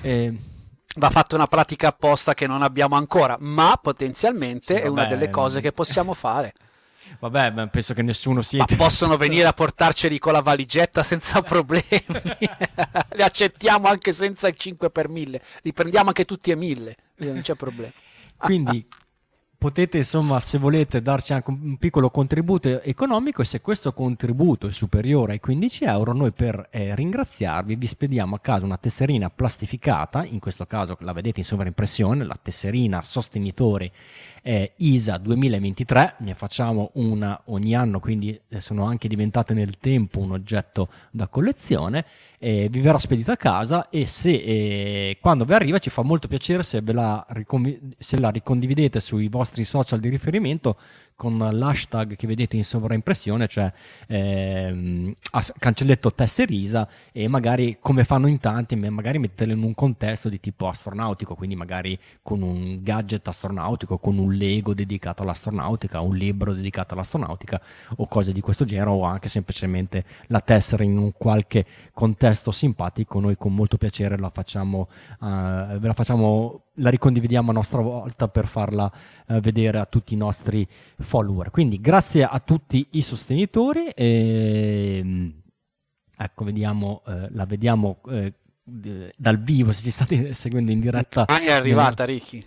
Va fatta una pratica apposta che non abbiamo ancora, ma potenzialmente sì, è una delle cose che possiamo fare. Vabbè, penso che nessuno sia... Ma possono venire a portarceli con la valigetta senza problemi. Li accettiamo anche senza il 5 per 1000. Li prendiamo anche tutti a 1000, non c'è problema. Quindi potete, insomma, se volete, darci anche un piccolo contributo economico, e se questo contributo è superiore ai 15 euro, noi per ringraziarvi vi spediamo a casa una tesserina plastificata, in questo caso la vedete in sovraimpressione, la tesserina sostenitore ISA 2023, ne facciamo una ogni anno, quindi sono anche diventate nel tempo un oggetto da collezione. Vi verrà spedita a casa, e se quando vi arriva ci fa molto piacere se la ricondividete sui vostri social di riferimento con l'hashtag che vedete in sovraimpressione, cioè cancelletto tesserisa, e magari, come fanno in tanti, magari metterle in un contesto di tipo astronautico, quindi magari con un gadget astronautico, con un Lego dedicato all'astronautica, un libro dedicato all'astronautica o cose di questo genere, o anche semplicemente la tessera in un qualche contesto simpatico. Noi con molto piacere la facciamo, la ricondividiamo a nostra volta per farla vedere a tutti i nostri follower. Quindi grazie a tutti i sostenitori. Ecco, vediamo, la vediamo dal vivo, se ci state seguendo in diretta. È arrivata, Ricky.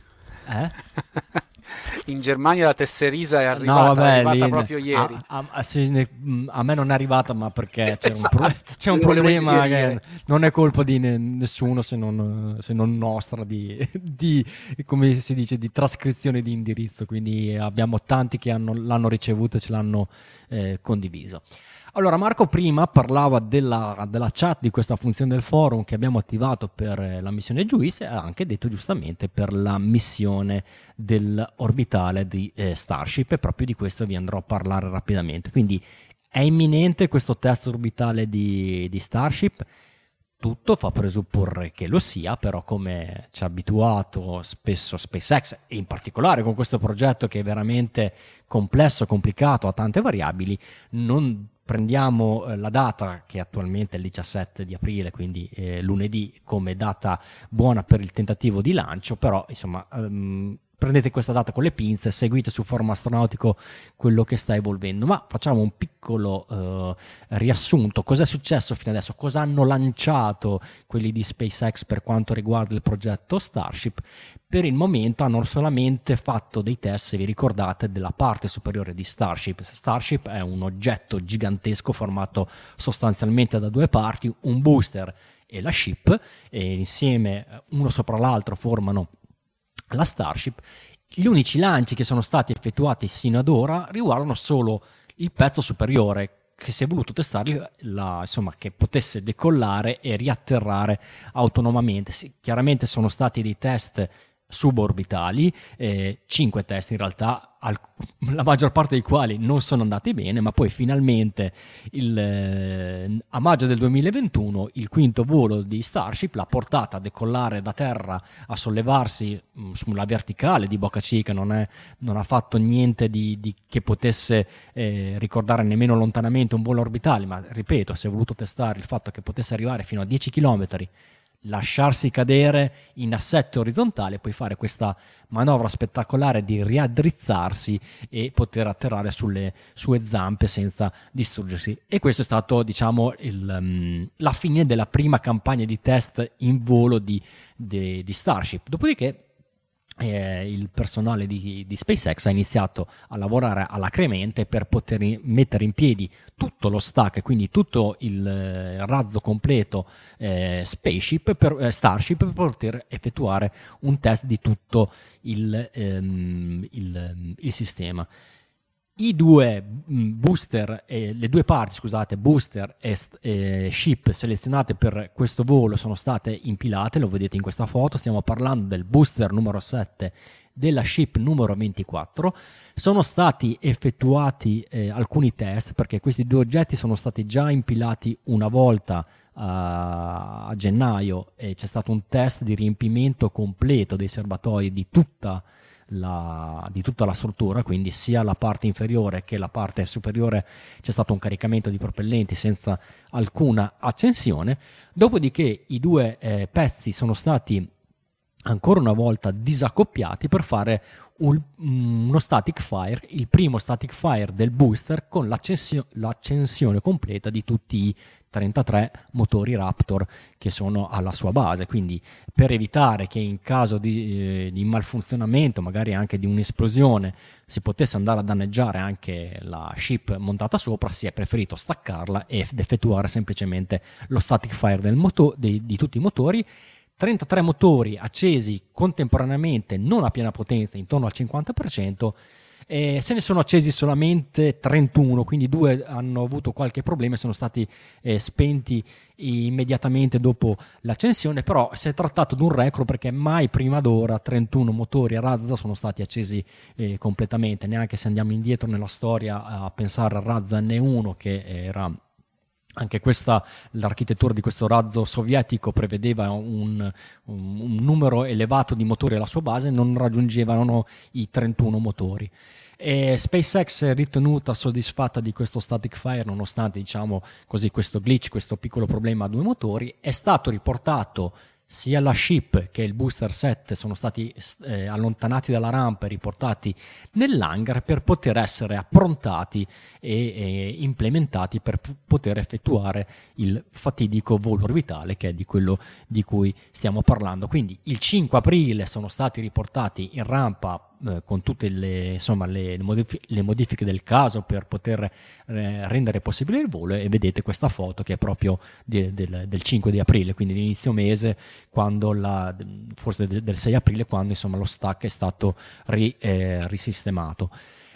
In Germania la tesserisa è arrivata, è arrivata proprio ieri. A me non è arrivata, ma perché c'è un problema che non è colpa di nessuno se non nostra, di come si dice, di trascrizione di indirizzo. Quindi abbiamo tanti che l'hanno ricevuto e ce l'hanno condiviso. Allora, Marco prima parlava della chat, di questa funzione del forum che abbiamo attivato per la missione Juice, e ha anche detto giustamente per la missione dell'orbitale di Starship, e proprio di questo vi andrò a parlare rapidamente. Quindi è imminente questo test orbitale di Starship. tutto fa presupporre che lo sia, però come ci ha abituato spesso SpaceX, e in particolare con questo progetto che è veramente complesso, complicato, ha tante variabili, non prendiamo la data che attualmente è il 17 di aprile, quindi lunedì, come data buona per il tentativo di lancio, però insomma prendete questa data con le pinze, seguite sul forum astronautico quello che sta evolvendo. Ma facciamo un piccolo riassunto. Cosa è successo fino adesso? Cosa hanno lanciato quelli di SpaceX per quanto riguarda il progetto Starship? Per il momento hanno solamente fatto dei test, se vi ricordate, della parte superiore di Starship. Starship è un oggetto gigantesco formato sostanzialmente da due parti, un booster e la ship, e insieme uno sopra l'altro formano la Starship. Gli unici lanci che sono stati effettuati sino ad ora riguardano solo il pezzo superiore, che si è voluto testare insomma, che potesse decollare e riatterrare autonomamente. Sì, chiaramente sono stati dei test suborbitali, 5 test in realtà, la maggior parte dei quali non sono andati bene, ma poi finalmente a maggio del 2021 il quinto volo di Starship l'ha portata a decollare da terra, a sollevarsi sulla verticale di Boca Chica. Non ha fatto niente di che potesse ricordare nemmeno lontanamente un volo orbitale, ma ripeto, si è voluto testare il fatto che potesse arrivare fino a 10 km, lasciarsi cadere in assetto orizzontale, poi fare questa manovra spettacolare di riaddrizzarsi e poter atterrare sulle sue zampe senza distruggersi. E questo è stato, diciamo, la fine della prima campagna di test in volo di Starship. Dopodiché il personale di SpaceX ha iniziato a lavorare alacremente per poter mettere in piedi tutto lo stack, quindi tutto il razzo completo Starship per poter effettuare un test di tutto il sistema. I due booster, le due parti, scusate, booster e ship selezionate per questo volo sono state impilate, lo vedete in questa foto. Stiamo parlando del booster numero 7, della ship numero 24. Sono stati effettuati alcuni test, perché questi due oggetti sono stati già impilati una volta a gennaio, e c'è stato un test di riempimento completo dei serbatoi di tutta la struttura, quindi sia la parte inferiore che la parte superiore c'è stato un caricamento di propellenti senza alcuna accensione. Dopodiché i due pezzi sono stati ancora una volta disaccoppiati per fare uno static fire, il primo static fire del booster con l'accensione completa di tutti i 33 motori Raptor che sono alla sua base, quindi per evitare che in caso di malfunzionamento, magari anche di un'esplosione, si potesse andare a danneggiare anche la ship montata sopra, si è preferito staccarla ed effettuare semplicemente lo static fire di tutti i motori. 33 motori accesi contemporaneamente, non a piena potenza, intorno al 50%, se ne sono accesi solamente 31, quindi 2 hanno avuto qualche problema e sono stati spenti immediatamente dopo l'accensione. Però si è trattato di un record, perché mai prima d'ora 31 motori a razza sono stati accesi completamente. Neanche se andiamo indietro nella storia a pensare al razza N1, che era... Anche questa, l'architettura di questo razzo sovietico prevedeva un numero elevato di motori alla sua base, non raggiungevano i 31 motori. E SpaceX è ritenuta soddisfatta di questo static fire, nonostante, diciamo così, questo glitch, questo piccolo problema a due motori. È stato riportato sia la ship che il booster 7 sono stati allontanati dalla rampa e riportati nell'hangar per poter essere approntati e implementati per poter effettuare il fatidico volo orbitale, che è di quello di cui stiamo parlando. Quindi il 5 aprile sono stati riportati in rampa con tutte le modifiche del caso per poter rendere possibile il volo, e vedete questa foto che è proprio del 5 di aprile, quindi di inizio mese, quando forse del 6 aprile, quando insomma lo stack è stato risistemato.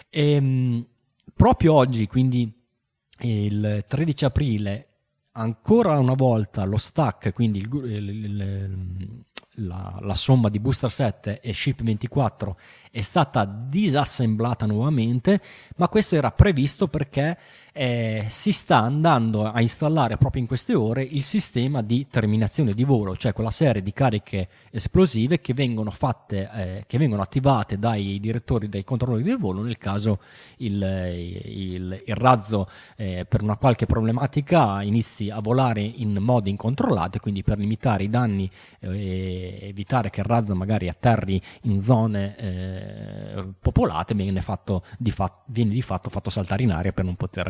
Proprio oggi, quindi il 13 aprile, ancora una volta lo stack, quindi la somma di booster 7 e ship 24, è stata disassemblata nuovamente, ma questo era previsto perché si sta andando a installare proprio in queste ore il sistema di terminazione di volo, cioè quella serie di cariche esplosive che vengono fatte, che vengono attivate dai direttori, dai controllori del volo nel caso il razzo per una qualche problematica inizi a volare in modi incontrollati, quindi per limitare i danni e evitare che il razzo magari atterri in zone popolate, viene di fatto fatto saltare in aria per non poter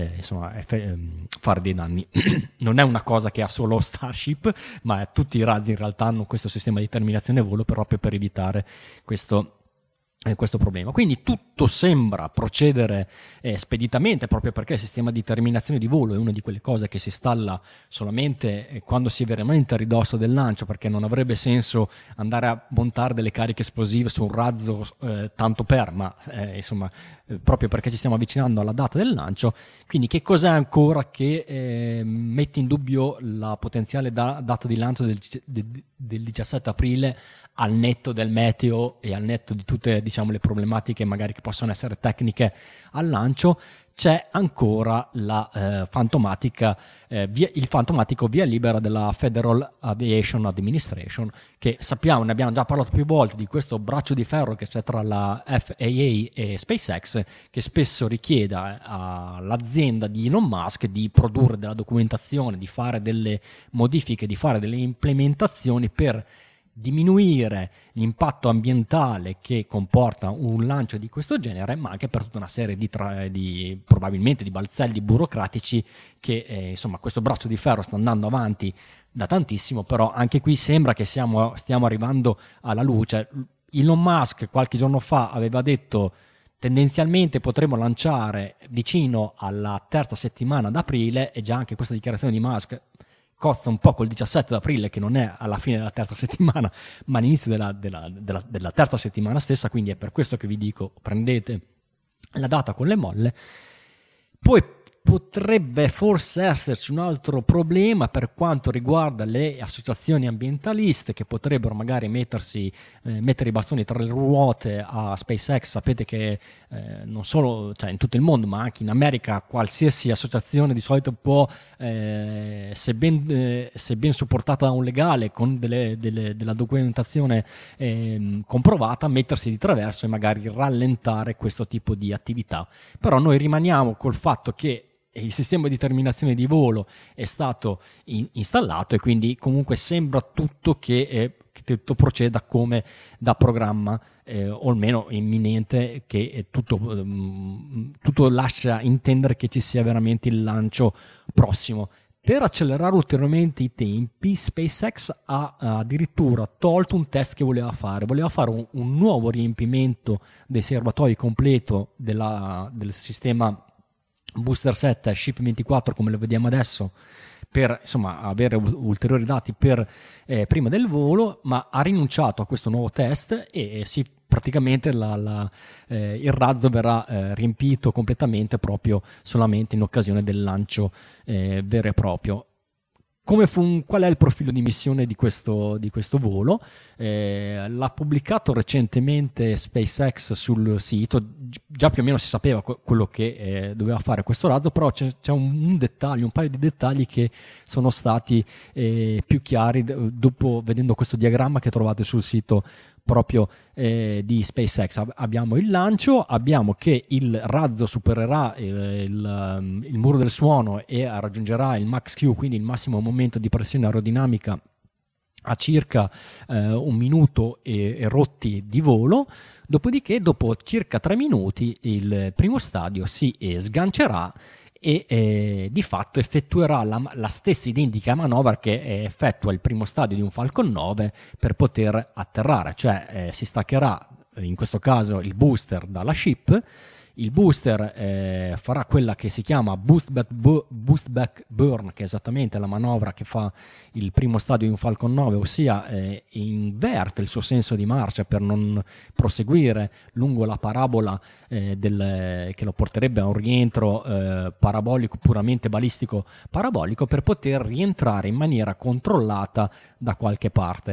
fare dei danni. Non è una cosa che ha solo Starship, ma tutti i razzi in realtà hanno questo sistema di terminazione volo proprio per evitare questo problema. Quindi tutto sembra procedere speditamente, proprio perché il sistema di terminazione di volo è una di quelle cose che si installa solamente quando si è veramente a ridosso del lancio, perché non avrebbe senso andare a montare delle cariche esplosive su un razzo tanto per, ma proprio perché ci stiamo avvicinando alla data del lancio. Quindi che cos'è ancora che mette in dubbio la potenziale data di lancio del 17 aprile al netto del meteo e al netto di tutte le problematiche magari che possono essere tecniche al lancio? C'è ancora il fantomatico via libera della Federal Aviation Administration, che sappiamo, ne abbiamo già parlato più volte, di questo braccio di ferro che c'è tra la FAA e SpaceX, che spesso richiede all'azienda di Elon Musk di produrre della documentazione, di fare delle modifiche, di fare delle implementazioni per diminuire l'impatto ambientale che comporta un lancio di questo genere, ma anche per tutta una serie probabilmente di balzelli burocratici che questo braccio di ferro sta andando avanti da tantissimo, però anche qui sembra che stiamo arrivando alla luce. Elon Musk qualche giorno fa aveva detto tendenzialmente potremo lanciare vicino alla terza settimana d'aprile, e già anche questa dichiarazione di Musk cozza un po' col 17 aprile, che non è alla fine della terza settimana, ma all'inizio della terza settimana stessa. Quindi è per questo che vi dico, prendete la data con le molle. Poi potrebbe forse esserci un altro problema per quanto riguarda le associazioni ambientaliste, che potrebbero magari mettere i bastoni tra le ruote a SpaceX. Sapete che non solo in tutto il mondo, ma anche in America, qualsiasi associazione di solito può, se ben supportata da un legale con della documentazione comprovata, mettersi di traverso e magari rallentare questo tipo di attività. Però noi rimaniamo col fatto che il sistema di terminazione di volo è stato installato, e quindi comunque sembra tutto che tutto proceda come da programma, o almeno imminente, che tutto lascia intendere che ci sia veramente il lancio prossimo. Per accelerare ulteriormente i tempi, SpaceX ha addirittura tolto un test che voleva fare un nuovo riempimento dei serbatoi completo del sistema Booster 7 Ship 24, come lo vediamo adesso, per avere ulteriori dati per prima del volo, ma ha rinunciato a questo nuovo test e praticamente il razzo verrà riempito completamente proprio solamente in occasione del lancio vero e proprio. Qual è il profilo di missione di questo volo? L'ha pubblicato recentemente SpaceX sul sito. Già più o meno si sapeva quello che doveva fare questo razzo, però c'è un paio di dettagli che sono stati più chiari dopo, vedendo questo diagramma che trovate sul sito proprio di SpaceX. Abbiamo il lancio, abbiamo che il razzo supererà il muro del suono e raggiungerà il max Q, quindi il massimo momento di pressione aerodinamica, a circa 1 minuto e rotti di volo. Dopodiché, dopo circa 3 minuti, il primo stadio si sgancerà e di fatto effettuerà la stessa identica manovra che effettua il primo stadio di un Falcon 9 per poter atterrare, cioè si staccherà in questo caso il booster dalla ship. Il booster farà quella che si chiama boost back burn, che è esattamente la manovra che fa il primo stadio di un Falcon 9, ossia inverte il suo senso di marcia per non proseguire lungo la parabola che lo porterebbe a un rientro parabolico, puramente balistico parabolico, per poter rientrare in maniera controllata da qualche parte.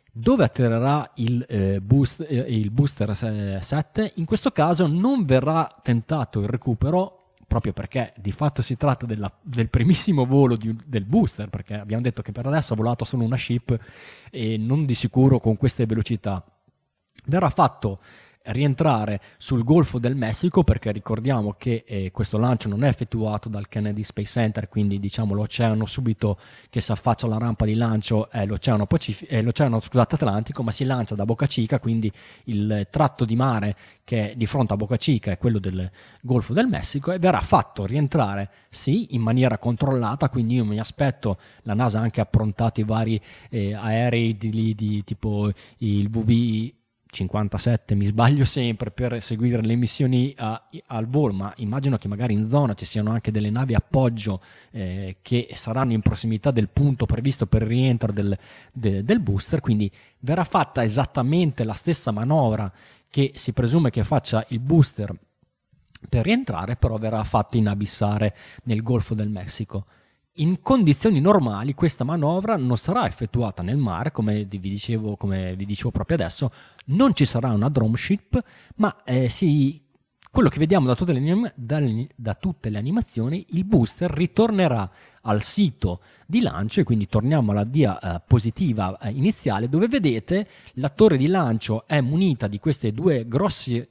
Dove atterrerà il booster 7? In questo caso non verrà tentato il recupero, proprio perché di fatto si tratta del primissimo volo del booster, perché abbiamo detto che per adesso ha volato solo una ship e non di sicuro con queste velocità. Verrà fatto rientrare sul Golfo del Messico, perché ricordiamo che questo lancio non è effettuato dal Kennedy Space Center, quindi diciamo l'oceano subito che si affaccia alla rampa di lancio è l'oceano Atlantico, ma si lancia da Boca Chica, quindi il tratto di mare che è di fronte a Boca Chica è quello del Golfo del Messico, e verrà fatto rientrare sì in maniera controllata. Quindi io mi aspetto, la NASA ha anche approntato i vari aerei di tipo il VB 57, mi sbaglio sempre, per seguire le missioni al volo, ma immagino che magari in zona ci siano anche delle navi appoggio che saranno in prossimità del punto previsto per il rientro del booster, quindi verrà fatta esattamente la stessa manovra che si presume che faccia il booster per rientrare, però verrà fatto inabissare nel Golfo del Messico. In condizioni normali questa manovra non sarà effettuata nel mare, come vi dicevo proprio adesso, non ci sarà una drone ship, ma quello che vediamo da tutte le animazioni, il booster ritornerà al sito di lancio, e quindi torniamo alla diapositiva iniziale, dove vedete la torre di lancio è munita di questi due grossi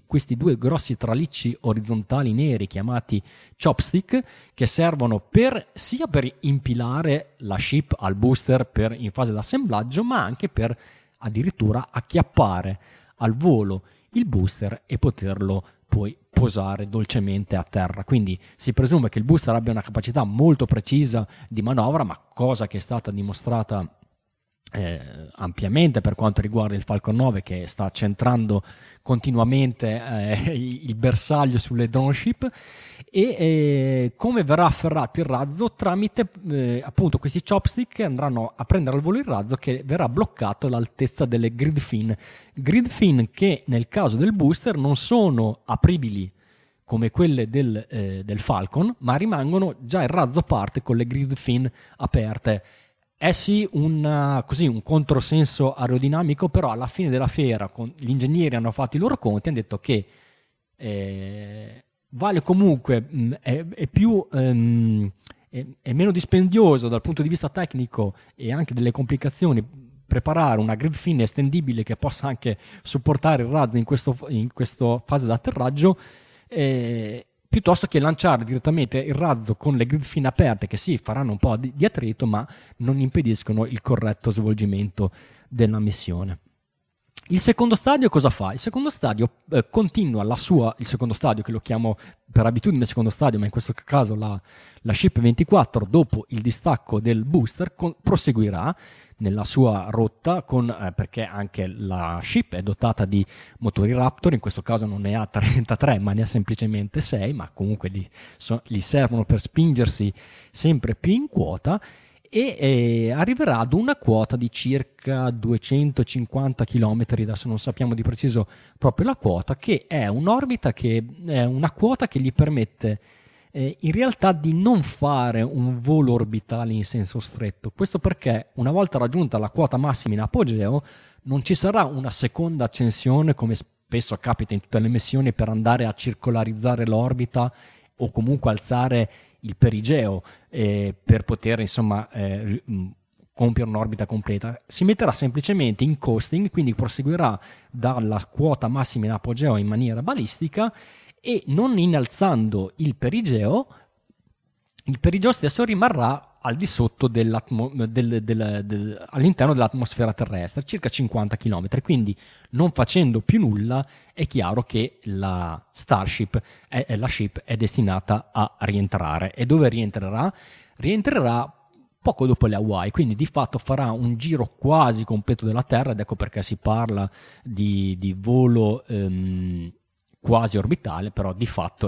tralicci orizzontali neri chiamati chopstick, che servono sia per impilare la ship al booster in fase d'assemblaggio, ma anche per addirittura acchiappare al volo il booster e poterlo poi posare dolcemente a terra. Quindi si presume che il booster abbia una capacità molto precisa di manovra, ma cosa che è stata dimostrata ampiamente per quanto riguarda il Falcon 9, che sta centrando continuamente il bersaglio sulle drone ship, e come verrà afferrato il razzo tramite appunto questi chopstick che andranno a prendere al volo il razzo, che verrà bloccato all'altezza delle grid fin che nel caso del booster non sono apribili come quelle del Falcon, ma rimangono già, il razzo parte con le grid fin aperte. È sì un controsenso aerodinamico, però alla fine della fiera gli ingegneri hanno fatto i loro conti e hanno detto che vale comunque, è meno dispendioso dal punto di vista tecnico e anche delle complicazioni preparare una grid fin estendibile che possa anche supportare il razzo in questa fase d'atterraggio, piuttosto che lanciare direttamente il razzo con le grid fin aperte, che sì, faranno un po' di attrito, ma non impediscono il corretto svolgimento della missione. Il secondo stadio cosa fa? Il secondo stadio continua il secondo stadio, che lo chiamo per abitudine secondo stadio, ma in questo caso la Ship 24, dopo il distacco del booster, proseguirà nella sua rotta, perché anche la ship è dotata di motori Raptor, in questo caso non ne ha 33 ma ne ha semplicemente 6, ma comunque gli servono per spingersi sempre più in quota, e arriverà ad una quota di circa 250 km, adesso non sappiamo di preciso proprio la quota, che è un'orbita che è una quota che gli permette in realtà di non fare un volo orbitale in senso stretto. Questo perché una volta raggiunta la quota massima in apogeo non ci sarà una seconda accensione, come spesso capita in tutte le missioni, per andare a circolarizzare l'orbita o comunque alzare il perigeo per poter compiere un'orbita completa. Si metterà semplicemente in coasting, quindi proseguirà dalla quota massima in apogeo in maniera balistica, e non innalzando il perigeo stesso rimarrà al di sotto all'interno dell'atmosfera terrestre, circa 50 km. Quindi, non facendo più nulla, è chiaro che la ship è destinata a rientrare. E dove rientrerà? Rientrerà poco dopo le Hawaii, quindi di fatto farà un giro quasi completo della Terra, ed ecco perché si parla di volo quasi orbitale, però di fatto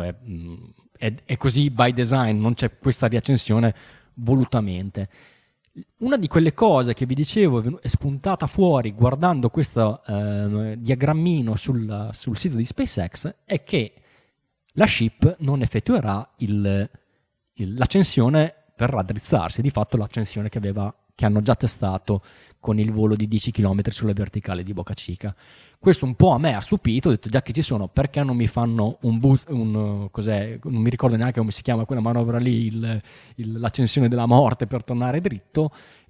è così by design, non c'è questa riaccensione volutamente. Una di quelle cose che vi dicevo è spuntata fuori guardando questo diagrammino sul sito di SpaceX è che la ship non effettuerà l'accensione per raddrizzarsi, di fatto l'accensione che aveva che hanno già testato con il volo di 10 km sulla verticale di Boca Chica. Questo un po' a me ha stupito, ho detto già che ci sono, perché non mi fanno un boost, cos'è, non mi ricordo neanche come si chiama quella manovra lì, l'accensione della morte per tornare dritto,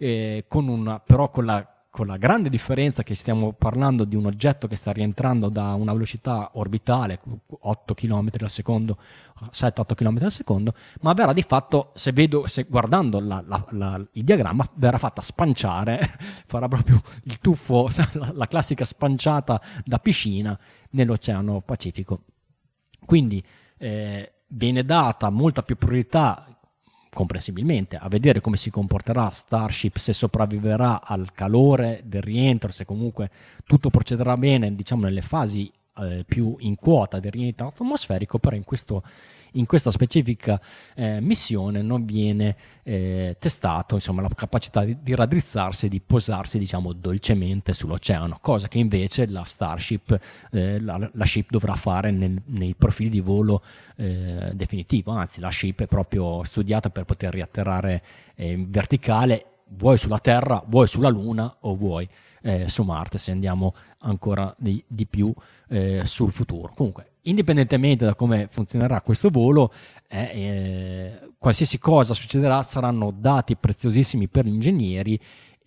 però con la grande differenza che stiamo parlando di un oggetto che sta rientrando da una velocità orbitale, 8 km al secondo, 7-8 km al secondo, ma verrà di fatto, se guardando il diagramma, verrà fatta spanciare, farà proprio il tuffo, la classica spanciata da piscina nell'Oceano Pacifico. Quindi viene data molta più priorità, comprensibilmente, a vedere come si comporterà Starship, se sopravviverà al calore del rientro, se comunque tutto procederà bene, diciamo, nelle fasi più in quota del rientro atmosferico. Però in questa specifica missione non viene testato, insomma, la capacità di raddrizzarsi e di posarsi, diciamo, dolcemente sull'oceano, cosa che invece la Starship, la ship dovrà fare nei profili di volo definitivo. Anzi, la ship è proprio studiata per poter riatterrare in verticale, vuoi sulla Terra, vuoi sulla Luna o vuoi su Marte, se andiamo ancora di più sul futuro. Comunque, indipendentemente da come funzionerà questo volo, qualsiasi cosa succederà saranno dati preziosissimi per gli ingegneri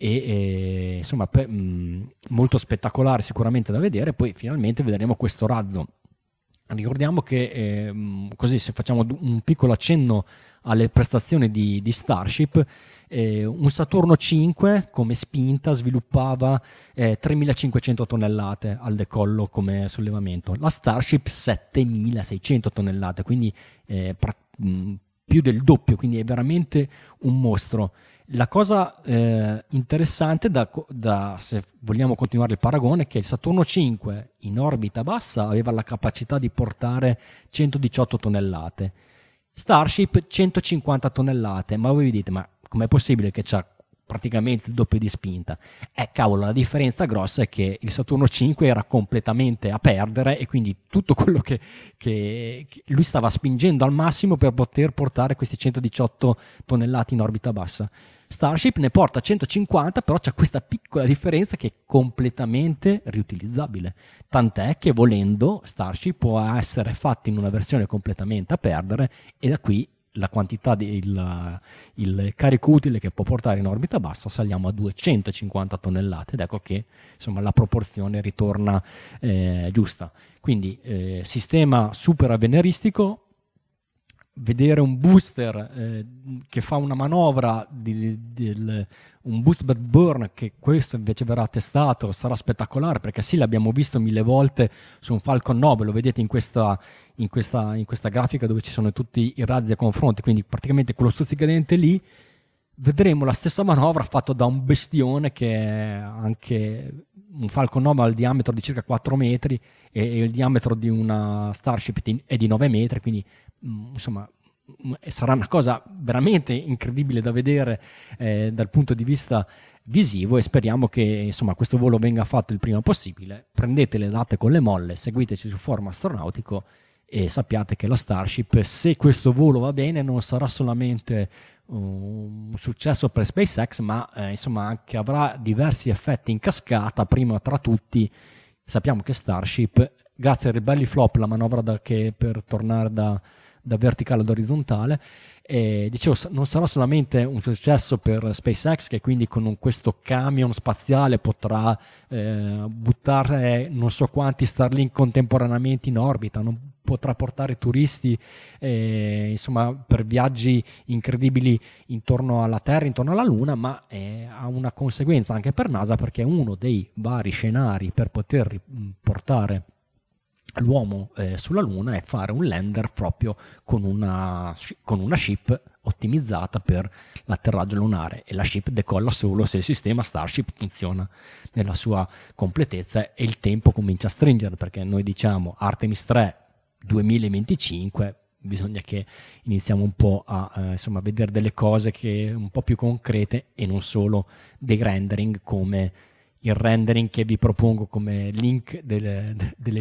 e insomma molto spettacolare sicuramente da vedere. Poi finalmente vedremo questo razzo. Ricordiamo che così, se facciamo un piccolo accenno alle prestazioni di Starship, un Saturno 5 come spinta sviluppava 3.500 tonnellate al decollo come sollevamento, la Starship 7.600 tonnellate, quindi più del doppio, quindi è veramente un mostro. La cosa interessante se vogliamo continuare il paragone, è che il Saturno 5 in orbita bassa aveva la capacità di portare 118 tonnellate, Starship 150 tonnellate, ma voi vi dite, ma com'è possibile che c'ha praticamente il doppio di spinta? Cavolo, la differenza grossa è che il Saturno 5 era completamente a perdere, e quindi tutto quello che lui stava spingendo al massimo per poter portare questi 118 tonnellate in orbita bassa. Starship ne porta 150, però c'è questa piccola differenza che è completamente riutilizzabile, tant'è che volendo Starship può essere fatto in una versione completamente a perdere, e da qui la quantità il carico utile che può portare in orbita bassa saliamo a 250 tonnellate, ed ecco che insomma la proporzione ritorna giusta. Quindi sistema super avveniristico. Vedere un booster che fa una manovra un boost bad burn, che questo invece verrà testato, sarà spettacolare, perché sì, l'abbiamo visto 1000 volte su un Falcon 9, lo vedete in questa grafica dove ci sono tutti i razzi a confronto, quindi praticamente quello stuzzicadente lì vedremo la stessa manovra fatta da un bestione che è anche un Falcon 9 al diametro di circa 4 metri e il diametro di una Starship è di 9 metri, quindi insomma sarà una cosa veramente incredibile da vedere dal punto di vista visivo, e speriamo che insomma questo volo venga fatto il prima possibile. Prendete le date con le molle, seguiteci sul forum astronautico e sappiate che la Starship, se questo volo va bene, non sarà solamente un successo per SpaceX, ma insomma anche avrà diversi effetti in cascata. Prima tra tutti sappiamo che Starship, grazie al belly flop, la manovra per tornare da verticale ad orizzontale, dicevo, non sarà solamente un successo per SpaceX, che quindi con questo camion spaziale potrà buttare non so quanti Starlink contemporaneamente in orbita, non potrà portare turisti insomma per viaggi incredibili intorno alla Terra, intorno alla Luna, ma ha una conseguenza anche per NASA, perché uno dei vari scenari per poter portare l'uomo sulla Luna è fare un lander proprio con una ship ottimizzata per l'atterraggio lunare, e la ship decolla solo se il sistema Starship funziona nella sua completezza e il tempo comincia a stringere, perché noi diciamo Artemis 3 2025, bisogna che iniziamo un po' a insomma vedere delle cose che un po' più concrete e non solo dei rendering, come il rendering che vi propongo come link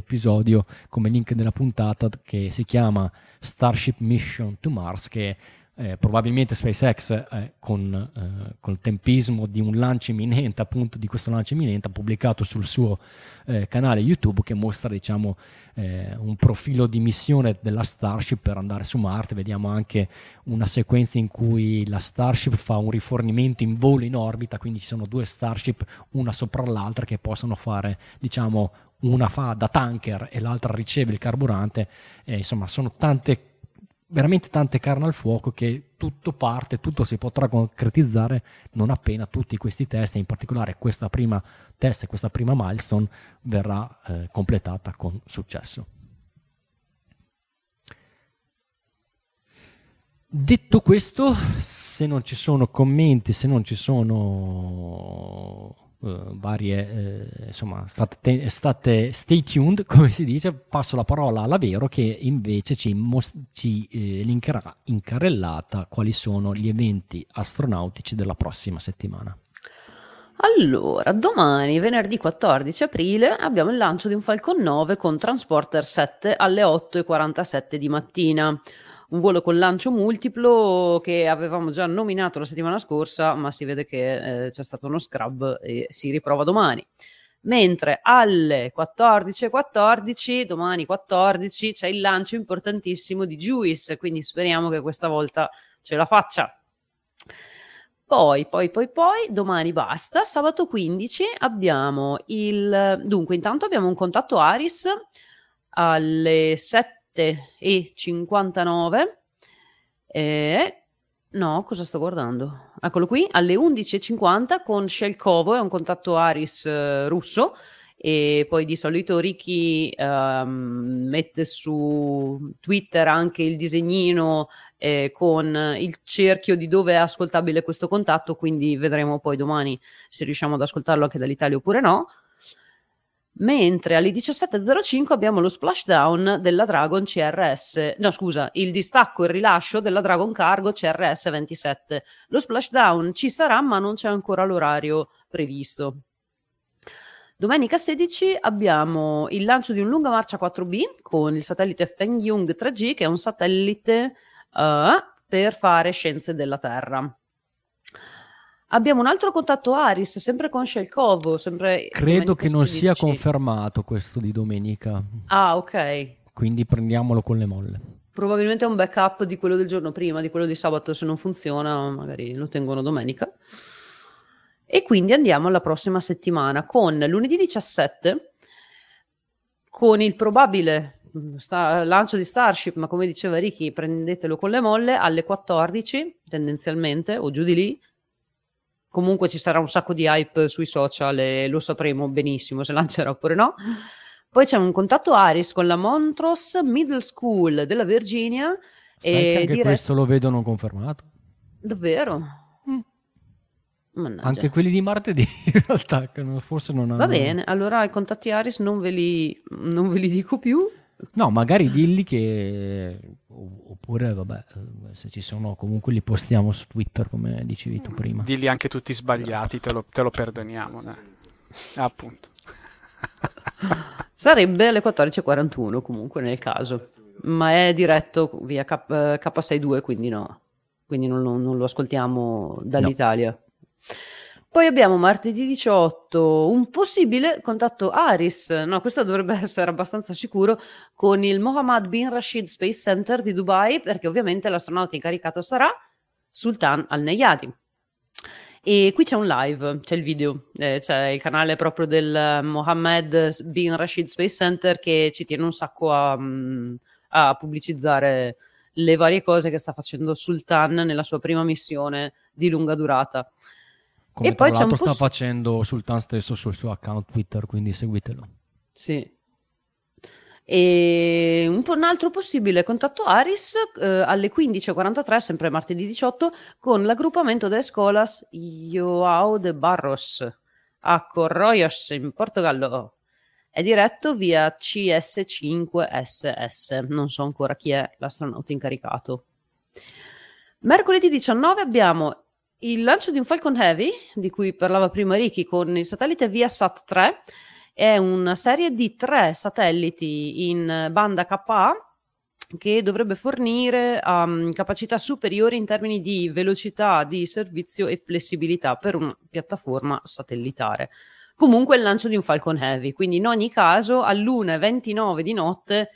dell'episodio, come link della puntata, che si chiama Starship Mission to Mars, che probabilmente SpaceX con il tempismo di un lancio imminente, appunto di questo lancio imminente, ha pubblicato sul suo canale YouTube che mostra, diciamo, un profilo di missione della Starship per andare su Marte. Vediamo anche una sequenza in cui la Starship fa un rifornimento in volo in orbita, quindi ci sono 2 Starship una sopra l'altra che possono fare, diciamo, una fa da tanker e l'altra riceve il carburante. Insomma, sono veramente tante carne al fuoco, che tutto si potrà concretizzare non appena tutti questi test, e in particolare questa prima test e questa prima milestone verrà completata con successo. Detto questo, se non ci sono commenti, se non ci sono varie, insomma, state stay tuned, come si dice, passo la parola alla Vero, che invece ci linkerà in carrellata quali sono gli eventi astronautici della prossima settimana. Allora, domani, venerdì 14 aprile, abbiamo il lancio di un Falcon 9 con Transporter 7 alle 8:47 di mattina. Un volo con lancio multiplo che avevamo già nominato la settimana scorsa, ma si vede che c'è stato uno scrub e si riprova domani. Mentre alle 14:14, domani 14, c'è il lancio importantissimo di JUICE, quindi speriamo che questa volta ce la faccia. Poi, domani basta. Sabato 15 abbiamo dunque, intanto abbiamo un contatto Aris alle 7:59. No, cosa sto guardando? Eccolo qui, alle 11:50 con Shelkovo, è un contatto Aris russo, e poi di solito Ricky mette su Twitter anche il disegnino con il cerchio di dove è ascoltabile questo contatto, quindi vedremo poi domani se riusciamo ad ascoltarlo anche dall'Italia oppure no. Mentre alle 17:05 abbiamo lo splashdown della Dragon CRS, no scusa, il distacco e il rilascio della Dragon Cargo CRS 27. Lo splashdown ci sarà, ma non c'è ancora l'orario previsto. Domenica 16 abbiamo il lancio di un lunga marcia 4B con il satellite Fengyun 3G, che è un satellite per fare scienze della Terra. Abbiamo un altro contatto Aris, sempre con Shelkovo, credo che non sia confermato questo di domenica. Ah, ok. Quindi prendiamolo con le molle. Probabilmente è un backup di quello del giorno prima, di quello di sabato. Se non funziona, magari lo tengono domenica. E quindi andiamo alla prossima settimana con lunedì 17, con il probabile lancio di Starship, ma come diceva Ricky, prendetelo con le molle, alle 14 tendenzialmente, o giù di lì. Comunque ci sarà un sacco di hype sui social e lo sapremo benissimo se lancerà oppure no. Poi c'è un contatto Aris con la Montrose Middle School della Virginia. Sai che anche questo lo vedono confermato? Davvero? Mannaggia. Anche quelli di martedì in realtà, che forse non hanno... Va bene, allora i contatti Aris non ve li dico più. No, magari dilli che... Oppure, vabbè, se ci sono comunque li postiamo su Twitter, come dicevi tu prima. Dilli anche tutti sbagliati, te lo perdoniamo. Appunto. Sarebbe alle 14:41 comunque nel caso, ma è diretto via K62, quindi no. Quindi non lo ascoltiamo dall'Italia. No. Poi abbiamo martedì 18 un possibile contatto Aris, no, questo dovrebbe essere abbastanza sicuro, con il Mohammed bin Rashid Space Center di Dubai, perché ovviamente l'astronauta incaricato sarà Sultan Al Neyadi. E qui c'è un live, c'è il video, c'è il canale proprio del Mohammed bin Rashid Space Center che ci tiene un sacco a pubblicizzare le varie cose che sta facendo Sultan nella sua prima missione di lunga durata. Come e poi tra l'altro sta facendo Sultan stesso sul suo account Twitter, quindi seguitelo. Sì. E un altro possibile contatto Aris alle 15:43, sempre martedì 18, con l'aggruppamento de Escolas João de Barros a Corroios in Portogallo. È diretto via CS5SS, non so ancora chi è l'astronauta incaricato. Mercoledì 19 abbiamo il lancio di un Falcon Heavy, di cui parlava prima Ricky, con il satellite Viasat 3. È una serie di 3 satelliti in banda KA che dovrebbe fornire capacità superiori in termini di velocità di servizio e flessibilità per una piattaforma satellitare. Comunque il lancio di un Falcon Heavy, quindi in ogni caso all'1:29 di notte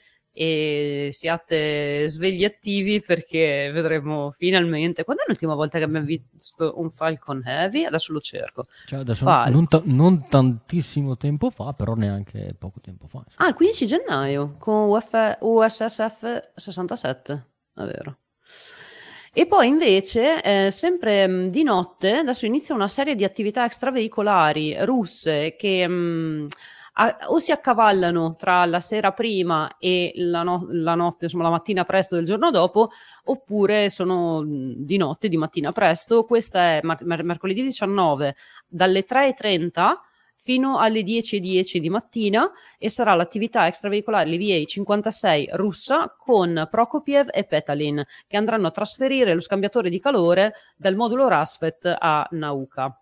siate svegli attivi, perché vedremo finalmente. Quando è l'ultima volta che abbiamo visto un Falcon Heavy? Adesso lo cerco. Cioè, adesso non tantissimo tempo fa, però neanche poco tempo fa. Ah, il 15 gennaio con USSF 67, è vero. E poi invece, sempre di notte, adesso inizia una serie di attività extraveicolari russe che o si accavallano tra la sera prima e la notte, insomma la mattina presto del giorno dopo, oppure sono di notte, di mattina presto. Questa è mercoledì 19 dalle 3:30 fino alle 10:10 di mattina, e sarà l'attività extraveicolare l'EVA 56 russa con Prokopiev e Petalin, che andranno a trasferire lo scambiatore di calore dal modulo Raspet a Nauka.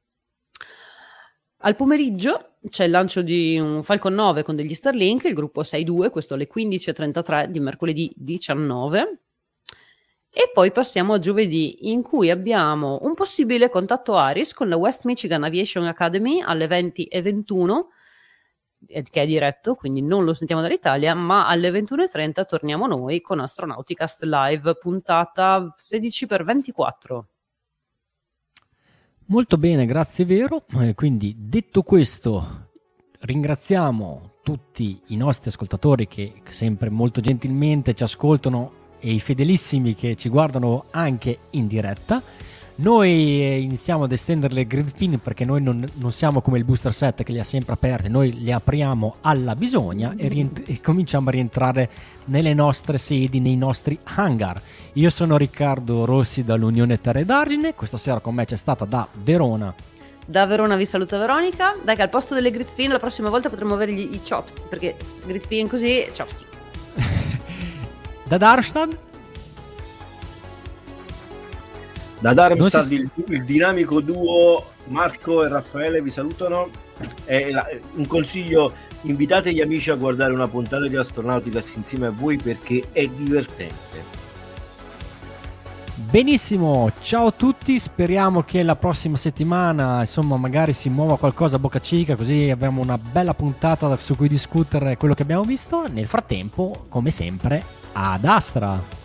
Al pomeriggio c'è il lancio di un Falcon 9 con degli Starlink, il gruppo 6-2, questo alle 15:33 di mercoledì 19. E poi passiamo a giovedì, in cui abbiamo un possibile contatto ARIS con la West Michigan Aviation Academy alle 20:21, che è diretto, quindi non lo sentiamo dall'Italia, ma alle 21:30 torniamo noi con Astronauticast Live, puntata 16x24. Molto bene, grazie Vero. Quindi detto questo, ringraziamo tutti i nostri ascoltatori che sempre molto gentilmente ci ascoltano e i fedelissimi che ci guardano anche in diretta. Noi iniziamo ad estendere le grid pin, perché noi non siamo come il booster set che li ha sempre aperte, noi le apriamo alla bisogna e cominciamo a rientrare nelle nostre sedi, nei nostri hangar. Io sono Riccardo Rossi dall'Unione Terre d'Argine, questa sera con me c'è stata da Verona. Da Verona vi saluta Veronica. Dai, che al posto delle grid fin la prossima volta potremo avere i chopstick, perché grid fin così, chopstick. Da Darmstadt? Da Darmstadt il dinamico duo Marco e Raffaele vi salutano. Un consiglio: invitate gli amici a guardare una puntata di Astronauticast insieme a voi, perché è divertente. Benissimo, ciao a tutti, speriamo che la prossima settimana insomma magari si muova qualcosa a Boca Chica, così abbiamo una bella puntata su cui discutere quello che abbiamo visto. Nel frattempo, come sempre, ad Astra!